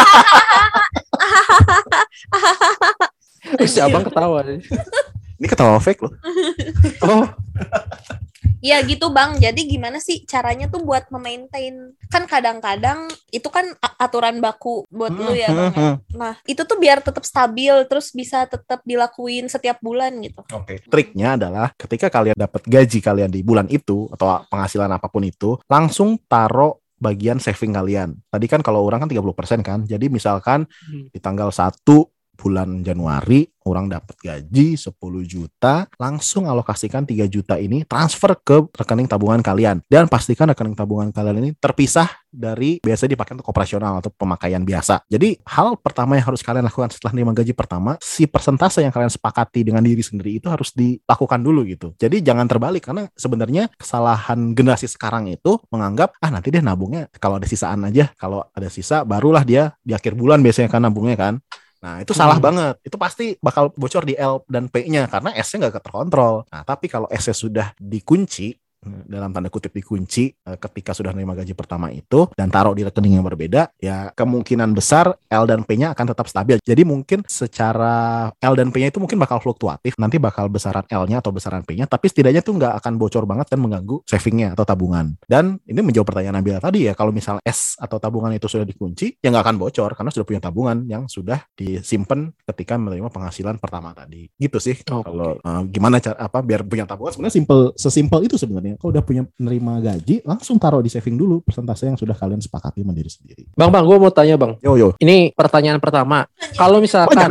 Si abang ketawa. Ini ketawa fake loh. Oh. Ya gitu Bang, jadi gimana sih caranya tuh buat memaintain? Kan kadang-kadang itu kan aturan baku buat lu ya Bang ya? Nah itu tuh biar tetap stabil, terus bisa tetap dilakuin setiap bulan gitu. Oke. Triknya adalah ketika kalian dapat gaji kalian di bulan itu atau penghasilan apapun itu, langsung taruh bagian saving kalian. Tadi kan kalau orang kan 30% kan. Jadi misalkan di tanggal 1 bulan Januari orang dapat gaji 10 juta, langsung alokasikan 3 juta ini transfer ke rekening tabungan kalian. Dan pastikan rekening tabungan kalian ini terpisah dari biasanya dipakai untuk operasional atau pemakaian biasa. Jadi hal pertama yang harus kalian lakukan setelah menerima gaji pertama, si persentase yang kalian sepakati dengan diri sendiri itu harus dilakukan dulu gitu. Jadi jangan terbalik, karena sebenarnya kesalahan generasi sekarang itu menganggap nanti dia nabungnya kalau ada sisaan aja, kalau ada sisa barulah dia di akhir bulan biasanya kan nabungnya kan. Nah itu salah banget, itu pasti bakal bocor di L dan P-nya karena S-nya nggak terkontrol. Nah tapi kalau S-nya sudah dikunci, dalam tanda kutip dikunci ketika sudah menerima gaji pertama itu dan taruh di rekening yang berbeda, ya kemungkinan besar L dan P-nya akan tetap stabil. Jadi mungkin secara L dan P-nya itu mungkin bakal fluktuatif, nanti bakal besaran L-nya atau besaran P-nya, tapi setidaknya tuh nggak akan bocor banget dan mengganggu savingnya atau tabungan. Dan ini menjawab pertanyaan Nabila tadi ya, kalau misal S atau tabungan itu sudah dikunci, ya nggak akan bocor karena sudah punya tabungan yang sudah disimpan ketika menerima penghasilan pertama tadi. Gitu sih. Kalau gimana cara biar punya tabungan, sebenarnya sesimpel itu sebenarnya. Kalau udah punya menerima gaji, langsung taruh di saving dulu persentase yang sudah kalian sepakati mandiri sendiri. Bang, gue mau tanya Bang. Yo. Ini pertanyaan pertama. Kalau misalkan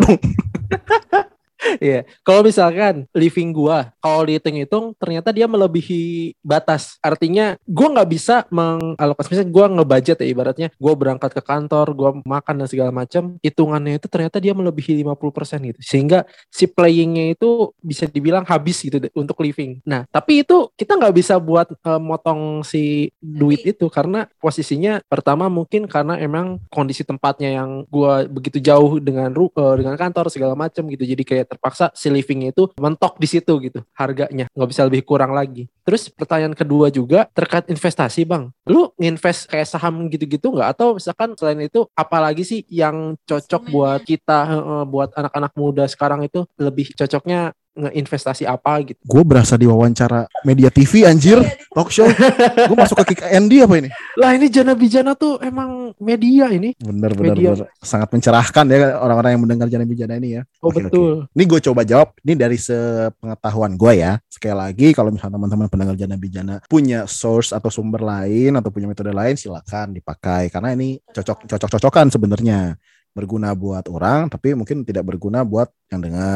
Iya, kalau misalkan living gua kalau dihitung-hitung ternyata dia melebihi batas. Artinya gua nggak bisa mengalokasi, misalnya gua ngebudget ya, ibaratnya gua berangkat ke kantor, gua makan dan segala macam, hitungannya itu ternyata dia melebihi 50% gitu. Sehingga si playingnya itu bisa dibilang habis gitu untuk living. Nah, tapi itu kita nggak bisa buat motong si duit itu karena posisinya pertama mungkin karena emang kondisi tempatnya yang gua begitu jauh dengan kantor segala macam gitu. Jadi kayak terpaksa si livingnya itu mentok di situ gitu harganya, nggak bisa lebih kurang lagi. Terus pertanyaan kedua juga terkait investasi Bang, lu nginvest kayak saham gitu-gitu nggak? Atau misalkan selain itu apalagi sih yang cocok buat kita, buat anak-anak muda sekarang itu lebih cocoknya ngeinvestasi apa gitu? Gue berasa diwawancara media TV anjir, talk show. Gue masuk ke Kick Andy apa ini? Lah ini Jana Bijana tuh emang media ini. Bener. Sangat mencerahkan ya orang-orang yang mendengar Jana Bijana ini ya. Oh Oke. Ini gue coba jawab. Ini dari sepengetahuan gue ya. Sekali lagi kalau misalnya teman-teman pendengar Jana Bijana punya source atau sumber lain atau punya metode lain, silakan dipakai. Karena ini cocok-cocokan sebenarnya. Berguna buat orang, tapi mungkin tidak berguna buat yang dengar.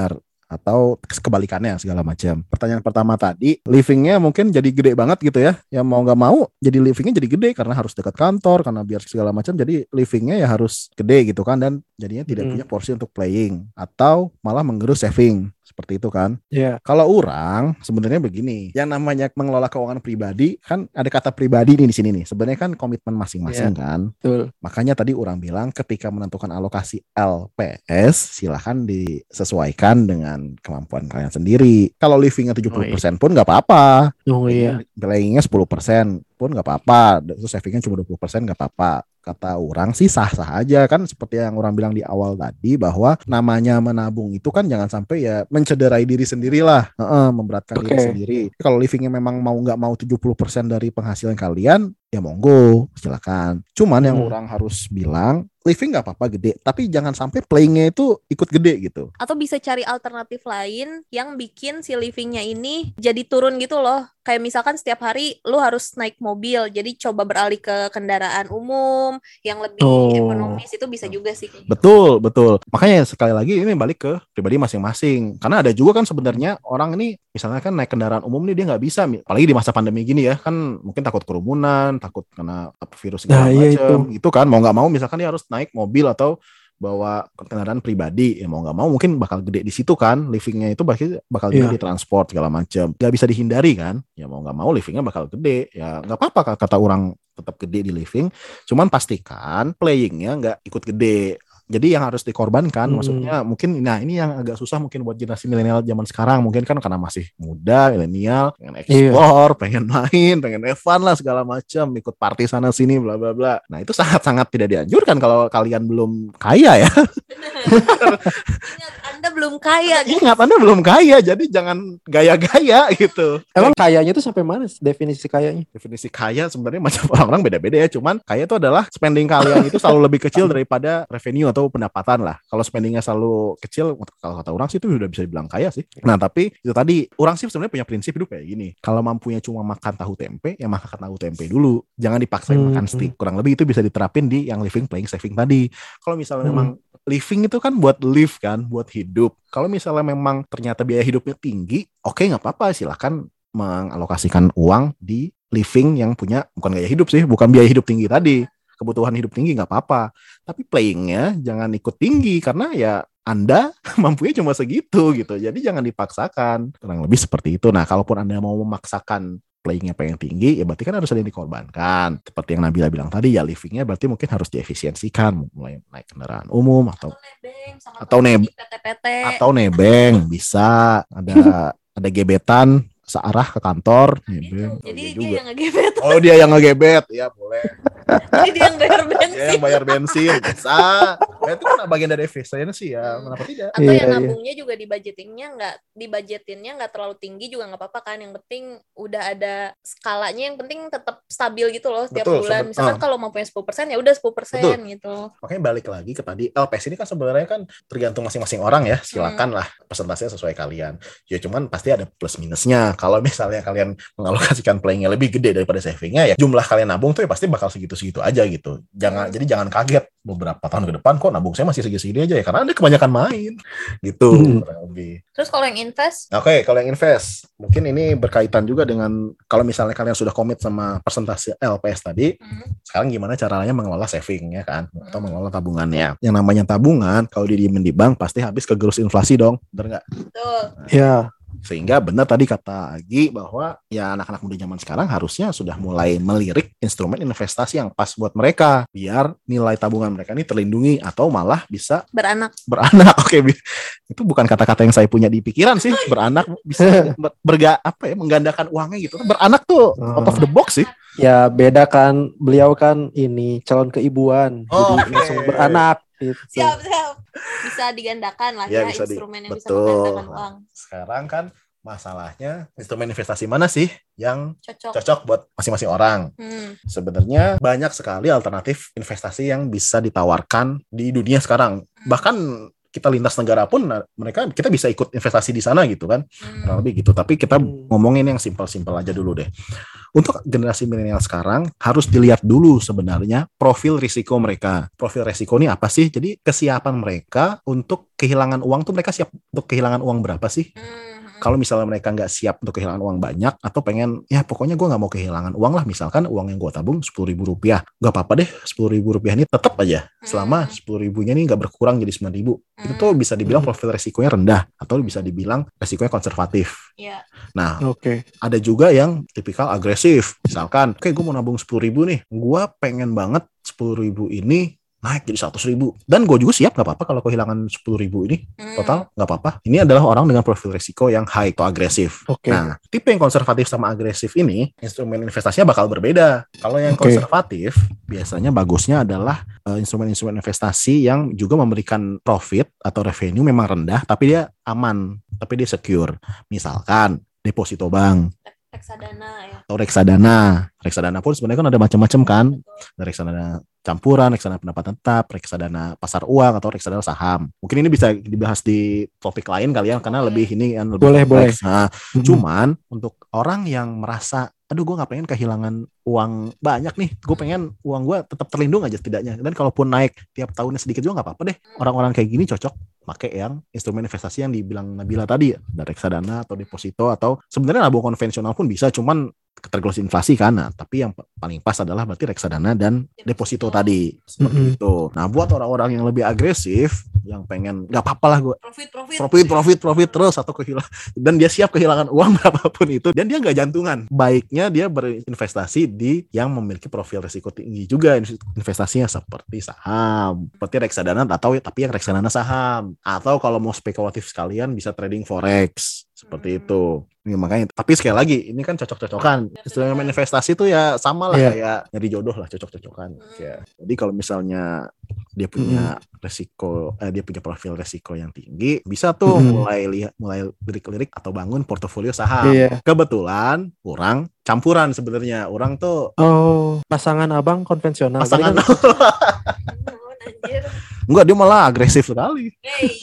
atau kebalikannya segala macam. Pertanyaan pertama tadi, livingnya mungkin jadi gede banget gitu ya. Ya mau nggak mau, jadi livingnya jadi gede karena harus dekat kantor, karena biar segala macam. Jadi livingnya ya harus gede gitu kan, dan jadinya tidak punya porsi untuk playing atau malah menggerus saving. Seperti itu kan. Kalau orang sebenarnya begini, yang namanya mengelola keuangan pribadi kan ada kata pribadi nih di sini nih. Sebenarnya kan komitmen masing-masing kan. Betul. Makanya tadi orang bilang ketika menentukan alokasi LPS silahkan disesuaikan dengan kemampuan kalian sendiri. Kalau livingnya 70% pun nggak apa-apa. Playingnya 10% pun nggak apa-apa. Terus savingnya cuma 20% nggak apa-apa. Kata orang sih sah-sah aja kan, seperti yang orang bilang di awal tadi bahwa namanya menabung itu kan jangan sampai ya mencederai diri sendiri lah, memberatkan diri sendiri. Kalau livingnya memang mau nggak mau 70% dari penghasilan kalian, ya monggo silakan. Cuman yang orang harus bilang, living nggak apa-apa gede, tapi jangan sampai playingnya itu ikut gede gitu. Atau bisa cari alternatif lain yang bikin si livingnya ini jadi turun gitu loh. Kayak misalkan setiap hari lu harus naik mobil, jadi coba beralih ke kendaraan umum yang lebih ekonomis, itu bisa juga sih. Betul. Makanya sekali lagi ini balik ke pribadi masing-masing. Karena ada juga kan sebenarnya orang ini misalnya kan naik kendaraan umum nih dia nggak bisa, apalagi di masa pandemi gini ya kan, mungkin takut kerumunan, takut kena virus segala macam. Itu kan mau nggak mau misalkan dia harus naik mobil atau bawa kendaraan pribadi, ya mau nggak mau mungkin bakal gede di situ kan, livingnya itu bakal gede di transport segala macam, nggak bisa dihindari kan, ya mau nggak mau livingnya bakal gede, ya nggak apa-apa kata orang tetap gede di living, cuman pastikan playingnya nggak ikut gede. Jadi yang harus dikorbankan, maksudnya mungkin, nah ini yang agak susah mungkin buat generasi milenial zaman sekarang, mungkin kan karena masih muda, milenial, pengen explore, pengen main, pengen have fun lah segala macam, ikut party sana sini, bla bla bla. Nah itu sangat-sangat tidak dianjurkan kalau kalian belum kaya ya. Ingat, Anda belum kaya. Ingat, Anda belum kaya, jadi jangan gaya-gaya gitu. Emang kayanya tuh sampai mana definisi kayanya? Definisi kaya sebenarnya macam orang-orang beda-beda ya, cuman kaya itu adalah spending kalian itu selalu lebih kecil daripada revenue atau pendapatan lah. Kalau spendingnya selalu kecil, kalau kata orang sih itu udah bisa dibilang kaya sih. Nah tapi itu tadi, orang sih sebenarnya punya prinsip hidup kayak gini. Kalau mampunya cuma makan tahu tempe, ya makan tahu tempe dulu. Jangan dipaksain makan steak. Kurang lebih itu bisa diterapin di yang living, playing, saving tadi. Kalau misalnya memang living itu kan buat live kan, buat hidup. Kalau misalnya memang ternyata biaya hidupnya tinggi, oke, nggak apa-apa, silahkan mengalokasikan uang di living yang punya bukan gaya hidup sih, bukan biaya hidup tinggi tadi. Kebutuhan hidup tinggi nggak apa-apa, tapi playingnya jangan ikut tinggi karena ya Anda mampunya cuma segitu gitu, jadi jangan dipaksakan, kurang lebih seperti itu. Nah kalaupun Anda mau memaksakan playingnya pengen tinggi, ya berarti kan harus ada yang dikorbankan. Seperti yang Nabila bilang tadi, ya livingnya berarti mungkin harus diefisiensikan, mulai naik kendaraan umum atau nebeng bisa ada gebetan searah ke kantor. Jadi dia yang ngegebet. Oh dia yang ngegebet, ya boleh. Jadi dia yang bayar bensin. Dia yang bayar bensin, bisa. Itu kan bagian dari efisiensi sih ya, kenapa tidak? Atau yang nabungnya juga dibudgetinnya nggak terlalu tinggi juga nggak apa-apa kan. Yang penting udah ada skalanya, yang penting tetap stabil gitu loh setiap bulan. Misalkan kalau mau punya 10% ya udah 10% gitu. Makanya balik lagi ke tadi, LPS ini kan sebenarnya kan tergantung masing-masing orang ya. Silakan lah persentasenya sesuai kalian. Ya cuman pasti ada plus minusnya. Kalau misalnya kalian mengalokasikan playingnya lebih gede daripada savingnya, ya jumlah kalian nabung tuh ya pasti bakal segitu-segitu aja gitu. Jadi jangan kaget beberapa tahun ke depan kok nabung saya masih segini aja ya, karena Anda kebanyakan main gitu. Terus kalau yang invest? Oke, kalau yang invest mungkin ini berkaitan juga dengan kalau misalnya kalian sudah komit sama persentase LPS tadi, sekarang gimana caranya mengelola saving ya kan, atau mengelola tabungannya. Yang namanya tabungan kalau didiemin di bank pasti habis kegerus inflasi dong, bener nggak? Betul. Ya. Sehingga benar tadi kata Agi bahwa ya anak-anak muda zaman sekarang harusnya sudah mulai melirik instrumen investasi yang pas buat mereka, biar nilai tabungan mereka ini terlindungi atau malah bisa beranak. Oke, itu bukan kata-kata yang saya punya di pikiran sih. Beranak bisa menggandakan uangnya gitu. Beranak tuh out of the box sih. Ya beda kan, beliau kan ini calon keibuan, jadi langsung beranak. Gitu. Siap. Bisa digandakan lah ya instrumen yang bisa menggandakan uang. Sekarang kan masalahnya instrumen investasi mana sih yang cocok buat masing-masing orang. Sebenarnya banyak sekali alternatif investasi yang bisa ditawarkan di dunia sekarang. Bahkan kita lintas negara pun kita bisa ikut investasi di sana gitu kan. Kurang lebih gitu. Tapi kita ngomongin yang simpel-simpel aja dulu deh. Untuk generasi milenial sekarang harus dilihat dulu sebenarnya profil risiko mereka. Profil risiko ini apa sih? Jadi kesiapan mereka untuk kehilangan uang tuh, mereka siap untuk kehilangan uang berapa sih? Kalau misalnya mereka nggak siap untuk kehilangan uang banyak, atau pengen, ya pokoknya gue nggak mau kehilangan uang lah, misalkan uang yang gue tabung 10.000 rupiah, nggak apa-apa deh 10.000 rupiah ini tetap aja, selama 10 ribunya ini nggak berkurang jadi 9.000, itu tuh bisa dibilang profil resikonya rendah, atau bisa dibilang resikonya konservatif. Nah, ada juga yang tipikal agresif, misalkan, oke gue mau nabung 10.000 nih, gue pengen banget 10.000 ini naik jadi 100.000, dan gue juga siap, nggak apa-apa kalau kehilangan 10.000 ini total, nggak apa-apa. Ini adalah orang dengan profil risiko yang high atau agresif. Nah, tipe yang konservatif sama agresif ini instrumen investasinya bakal berbeda. Kalau yang konservatif biasanya bagusnya adalah instrumen-instrumen investasi yang juga memberikan profit atau revenue memang rendah, tapi dia aman, tapi dia secure. Misalkan deposito bank, reksadana ya. Atau reksadana pun sebenarnya kan ada macam-macam kan. Ada reksadana campuran, reksadana pendapatan tetap, reksadana pasar uang, atau reksadana saham. Mungkin ini bisa dibahas di topik lain kali ya, karena lebih ini kan lebih kompleks. Nah, cuman untuk orang yang merasa, aduh gue nggak pengen kehilangan uang banyak nih, gue pengen uang gue tetap terlindung aja setidaknya, dan kalaupun naik tiap tahunnya sedikit juga nggak apa-apa deh. Orang-orang kayak gini cocok pakai yang instrumen investasi yang dibilang Nabila tadi, ada reksadana atau deposito, atau sebenarnya nabung konvensional pun bisa, cuman ketergerus inflasi kan. Nah, tapi yang paling pas adalah berarti reksadana dan deposito tadi, seperti itu. Nah, buat orang-orang yang lebih agresif, yang pengen nggak apa-apa lah gue profit terus, atau dan dia siap kehilangan uang berapapun itu, dan dia nggak jantungan, baiknya dia berinvestasi di yang memiliki profil risiko tinggi juga, investasinya seperti saham, seperti reksadana, atau tapi yang reksadana saham, atau kalau mau spekulatif sekalian bisa trading forex seperti itu. Ini makanya, tapi sekali lagi ini kan cocok-cocokan. Instrumen investasi itu ya sama lah kayak nyari jodoh lah, cocok-cocokan. Jadi kalau misalnya dia punya resiko, dia punya profil resiko yang tinggi, bisa tuh mulai lirik-lirik atau bangun portofolio saham. Kebetulan orang campuran sebenarnya, orang tuh pasangan abang konvensional. Pasangan enggak, dia malah agresif sekali.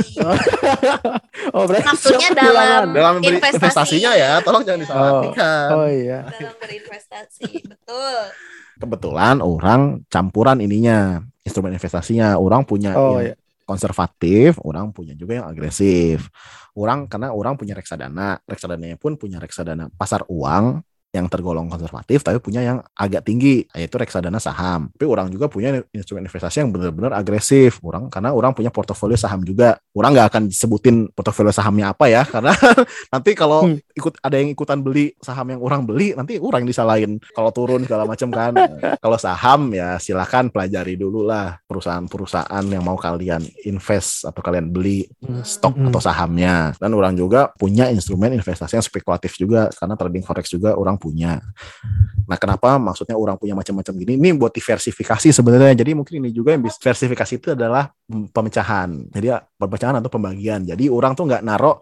Berarti maksudnya dalam investasinya ya, tolong jangan disalahartikan. Dalam berinvestasi, betul. Kebetulan orang campuran ininya, instrumen investasinya. Orang punya yang konservatif, orang punya juga yang agresif. Karena orang punya reksadananya pun punya reksadana pasar uang yang tergolong konservatif, tapi punya yang agak tinggi, yaitu reksadana saham. Tapi orang juga punya instrumen investasi yang benar-benar agresif. Karena orang punya portofolio saham juga. Orang nggak akan sebutin portofolio sahamnya apa ya, karena nanti kalau ada yang ikutan beli saham yang orang beli, nanti orang yang disalahin kalau turun segala macam kan. Kalau saham ya silakan pelajari dulu lah perusahaan-perusahaan yang mau kalian invest atau kalian beli stok atau sahamnya. Dan orang juga punya instrumen investasi yang spekulatif juga, karena trading forex juga orang punya. Nah, kenapa maksudnya orang punya macam-macam gini? Ini buat diversifikasi sebenarnya. Jadi mungkin ini juga yang diversifikasi itu adalah pemecahan. Jadi pemecahan atau pembagian. Jadi orang tuh nggak naruh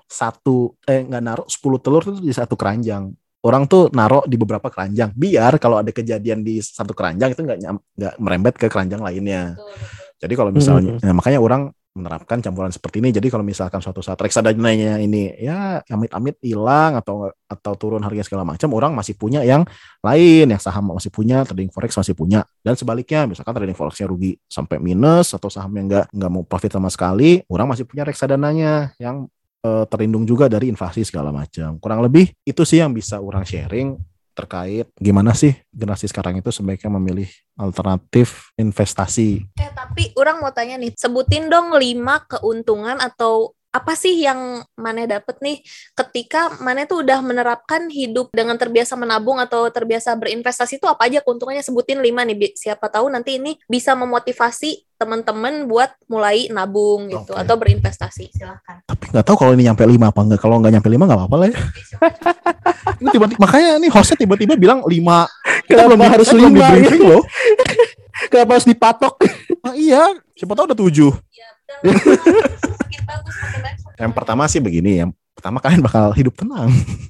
10 telur itu di satu keranjang. Orang tuh naruh di beberapa keranjang, biar kalau ada kejadian di satu keranjang itu nggak merembet ke keranjang lainnya. Jadi kalau misalnya, makanya orang menerapkan campuran seperti ini. Jadi kalau misalkan suatu saat reksadananya ini ya amit-amit hilang atau turun harga segala macam, orang masih punya yang lain, yang saham masih punya, trading forex masih punya, dan sebaliknya misalkan trading forexnya rugi sampai minus atau sahamnya nggak mau profit sama sekali, orang masih punya reksadananya yang terlindung juga dari inflasi segala macam. Kurang lebih itu sih yang bisa orang sharing terkait gimana sih generasi sekarang itu sebaiknya memilih alternatif investasi. Tapi orang mau tanya nih, sebutin dong 5 keuntungan atau apa sih yang Maneh dapet nih ketika Maneh tuh udah menerapkan hidup dengan terbiasa menabung atau terbiasa berinvestasi, itu apa aja keuntungannya? Sebutin 5 nih, siapa tahu nanti ini bisa memotivasi teman-teman buat mulai nabung gitu atau berinvestasi. Silakan. Tapi nggak tahu kalau ini nyampe 5 apa enggak. Kalau nggak nyampe 5 nggak apa-apa lah ya. Ini tiba-tiba, makanya nih hostnya tiba-tiba bilang 5. Kita belum harus 5 briefing loh. Kenapa harus dipatok? Iya, siapa tahu udah 7. Yang pertama sih begini, yang pertama kalian bakal hidup tenang.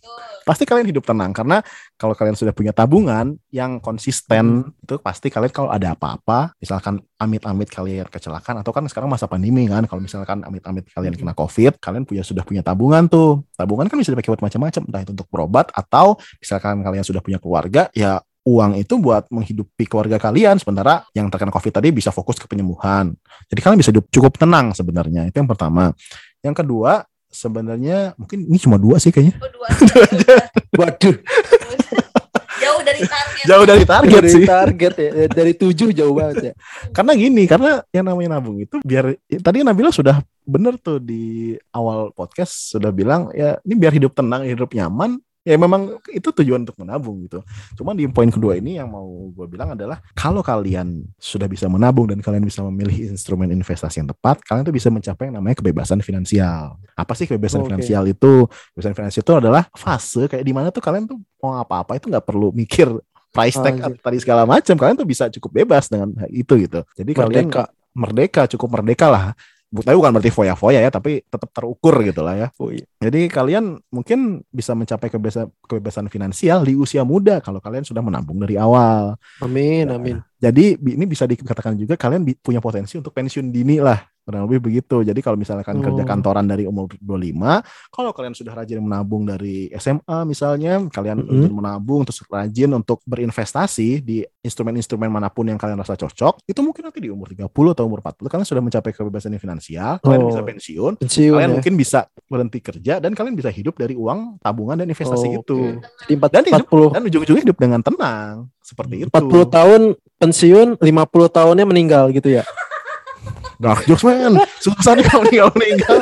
pasti kalian hidup tenang. Karena kalau kalian sudah punya tabungan yang konsisten, itu pasti kalian kalau ada apa-apa, misalkan amit-amit kalian kecelakaan, atau kan sekarang masa pandemi kan, kalau misalkan amit-amit kalian kena COVID, kalian sudah punya tabungan tuh. Tabungan kan bisa dipakai buat macam-macam, entah itu untuk berobat, atau misalkan kalian sudah punya keluarga, ya uang itu buat menghidupi keluarga kalian, sementara yang terkena COVID tadi bisa fokus ke penyembuhan. Jadi kalian bisa hidup cukup tenang sebenarnya. Itu yang pertama. Yang kedua, sebenarnya mungkin ini cuma 2 sih kayaknya. Dua. Waduh. Jauh dari target. Jauh dari target Dari sih. target ya. Dari 7 jauh banget ya. Karena gini, karena yang namanya nabung itu biar, tadi Nabila sudah bener tuh di awal podcast sudah bilang ya ini biar hidup tenang, hidup nyaman. Ya memang itu tujuan untuk menabung gitu. Cuman di poin kedua ini yang mau gue bilang adalah kalau kalian sudah bisa menabung dan kalian bisa memilih instrumen investasi yang tepat, kalian tuh bisa mencapai yang namanya kebebasan finansial. Apa sih kebebasan finansial itu? Kebebasan finansial itu adalah fase kayak di mana tuh kalian tuh mau apa-apa itu nggak perlu mikir price tag tadi segala macam. Kalian tuh bisa cukup bebas dengan itu gitu. Jadi kalian merdeka, cukup merdeka lah. Tapi bukan berarti foya-foya ya, tapi tetap terukur gitu lah ya. Jadi kalian mungkin bisa mencapai kebebasan finansial di usia muda kalau kalian sudah menabung dari awal. Amin. Jadi ini bisa dikatakan juga kalian punya potensi untuk pensiun dini lah. Kurang lebih begitu. Jadi kalau misalkan kerja kantoran dari umur 25, kalau kalian sudah rajin menabung dari SMA misalnya, kalian rajin menabung terus rajin untuk berinvestasi di instrumen-instrumen manapun yang kalian rasa cocok, itu mungkin nanti di umur 30 atau umur 40 kalian sudah mencapai kebebasan finansial, kalian bisa pensiun kalian mungkin bisa berhenti kerja dan kalian bisa hidup dari uang tabungan dan investasi itu. Jadi dan ujung-ujungnya hidup dengan tenang. Seperti itu. 40 tahun pensiun, 50 tahunnya meninggal gitu ya. Dark jokes man, susah nih kalau meninggal.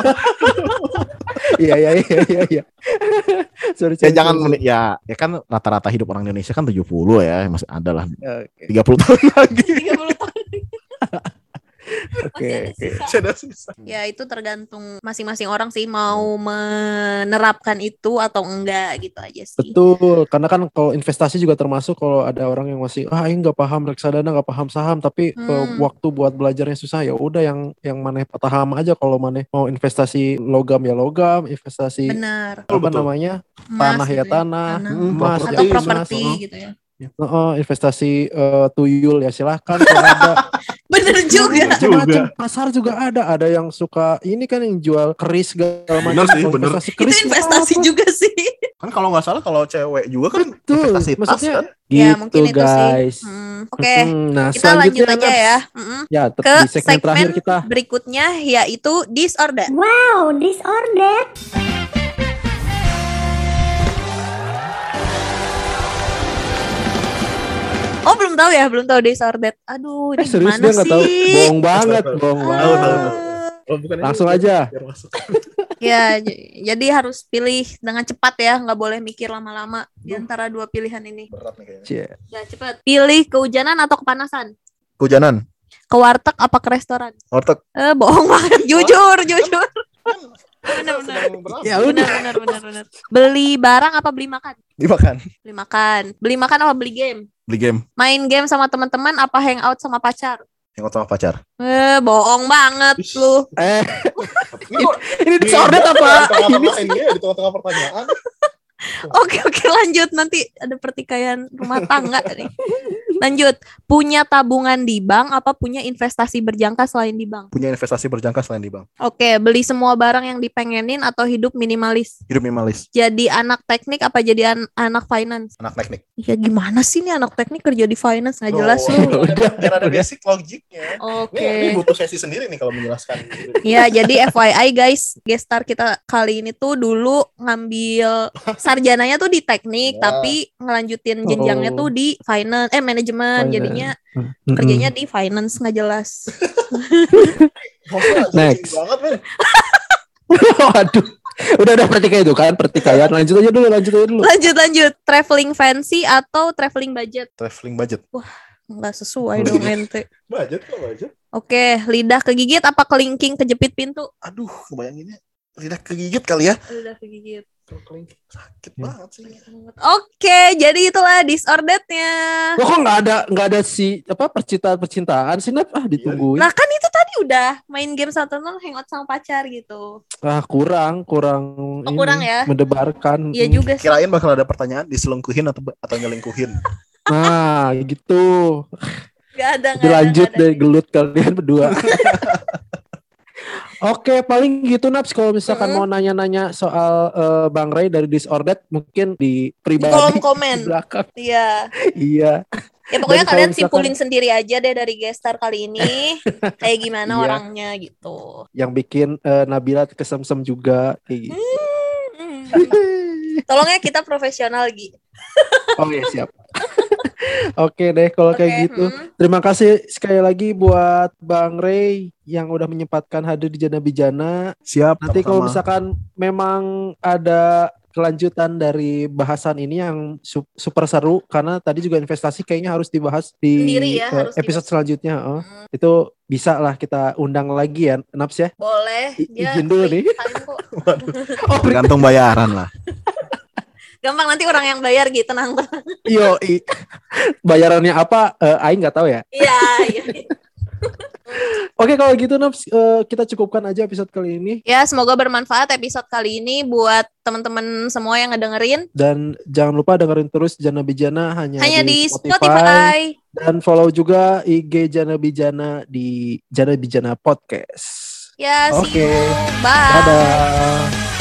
Iya. Sorry, jangan ya kan rata-rata hidup orang Indonesia kan 70 ya, masih ada lah 30 tahun lagi. 30 tahun. Oke. Ya itu tergantung masing-masing orang sih mau menerapkan itu atau enggak gitu aja sih. Betul, karena kan kalau investasi juga termasuk kalau ada orang yang masih ini nggak paham reksadana, nggak paham saham, tapi waktu buat belajarnya susah, ya udah yang maneh paham aja. Kalau maneh mau investasi logam ya logam, investasi namanya tanah ya tanah, emas atau properti gitu ya. Investasi tuyul ya silahkan kalau ada. Bener juga. Macam pasar juga ada yang suka ini kan yang jual keris segala macam. Bener sih. Itu investasi juga sih. Kan kalau nggak salah kalau cewek juga kan investasi tas kan. Ya gitu, mungkin itu guys. sih. Oke. Nah, kita lanjut aja ya. Ya, ke di segmen terakhir kita berikutnya yaitu disorder. Wow, disorder. Oh belum tahu disorder. Aduh ini serius gimana dia sih? Tahu. Bohong banget. Langsung aja. Ya jadi harus pilih dengan cepat ya, nggak boleh mikir lama-lama di antara dua pilihan ini. Berat nih kayaknya. Ya cepat. Pilih kehujanan atau kepanasan? Kehujanan. Ke warteg apa ke restoran? Warteg. Bohong banget. Jujur. Benar. Ya udah. Benar. Beli barang apa beli makan? Beli makan. Beli makan apa beli game? Beli game. Main game sama teman-teman apa hangout sama pacar? Hangout sama pacar. Bohong banget lu. Ini disorder apa? Ini di tengah-tengah pertanyaan. Oke, lanjut. Nanti ada pertikaian rumah tangga nih. Lanjut. Punya tabungan di bank apa punya investasi berjangka selain di bank? Punya investasi berjangka selain di bank. Oke, beli semua barang yang dipengenin atau hidup minimalis? Hidup minimalis. Jadi anak teknik apa jadi anak finance? Anak teknik. Ya gimana sih nih anak teknik kerja di finance? Nggak jelas lu. Biar ada basic logiknya. Oke. Ini butuh sesi sendiri nih kalau menjelaskan. Ya, jadi FYI guys, guest star kita kali ini tuh dulu ngambil sarjananya tuh di teknik, tapi ngelanjutin jenjangnya tuh di finance, manajemen, jadinya kerjanya di finance, nggak jelas. Next. Waduh, udah pertikaian. Lanjut aja dulu. Lanjut. Traveling fancy atau traveling budget? Traveling budget. Wah, nggak sesuai dong ente. Budget. Oke, lidah kegigit apa kelingking kejepit pintu? Aduh, kebayanginnya lidah kegigit kali ya. Lidah kegigit. Sakit banget sih. Oke, jadi itulah disorderednya. Kok nggak ada si percintaan sih Nat? Ditungguin. Nah kan itu tadi udah main game sama teman, hangout sama pacar gitu. Kurang ini, kurang ya? mendebarkan. Iya juga sih. Kirain bakal ada pertanyaan diselingkuhin atau nyelingkuhin. Nah, gitu. Gak ada. Dilanjut deh gelut kalian berdua. Oke, paling gitu Naps. Kalau misalkan mau nanya-nanya soal Bang Ray dari Disordered, mungkin di pribadi. Di kolom komen. Di belakang. Iya. Iya. Ya pokoknya kalian misalkan, simpulin sendiri aja deh dari gestar kali ini. Kayak gimana orangnya gitu. Yang bikin Nabila kesemsem juga. Kayak gitu. Tolong ya kita profesional, Gi. Oh ya, siap. Oke deh kalau kayak gitu. Terima kasih sekali lagi buat Bang Ray yang udah menyempatkan hadir di Jana Bijana. Siap. Nanti kalau misalkan memang ada kelanjutan dari bahasan ini yang super seru, karena tadi juga investasi kayaknya harus dibahas di episode selanjutnya. Itu bisa lah kita undang lagi ya, Naps ya. Boleh. Izin dulu nih. Tergantung bayaran lah. Gampang, nanti orang yang bayar gitu, tenang. Yo, bayarannya apa? Aing nggak tahu ya. Iya. Oke, kalau gitu Naps, kita cukupkan aja episode kali ini. Ya, semoga bermanfaat episode kali ini buat teman-teman semua yang ngedengerin. Dan jangan lupa dengerin terus Jana Bijana hanya di Spotify. Dan follow juga IG Jana Bijana di Jana Bijana Podcast. Ya, see you. Bye. Dadah.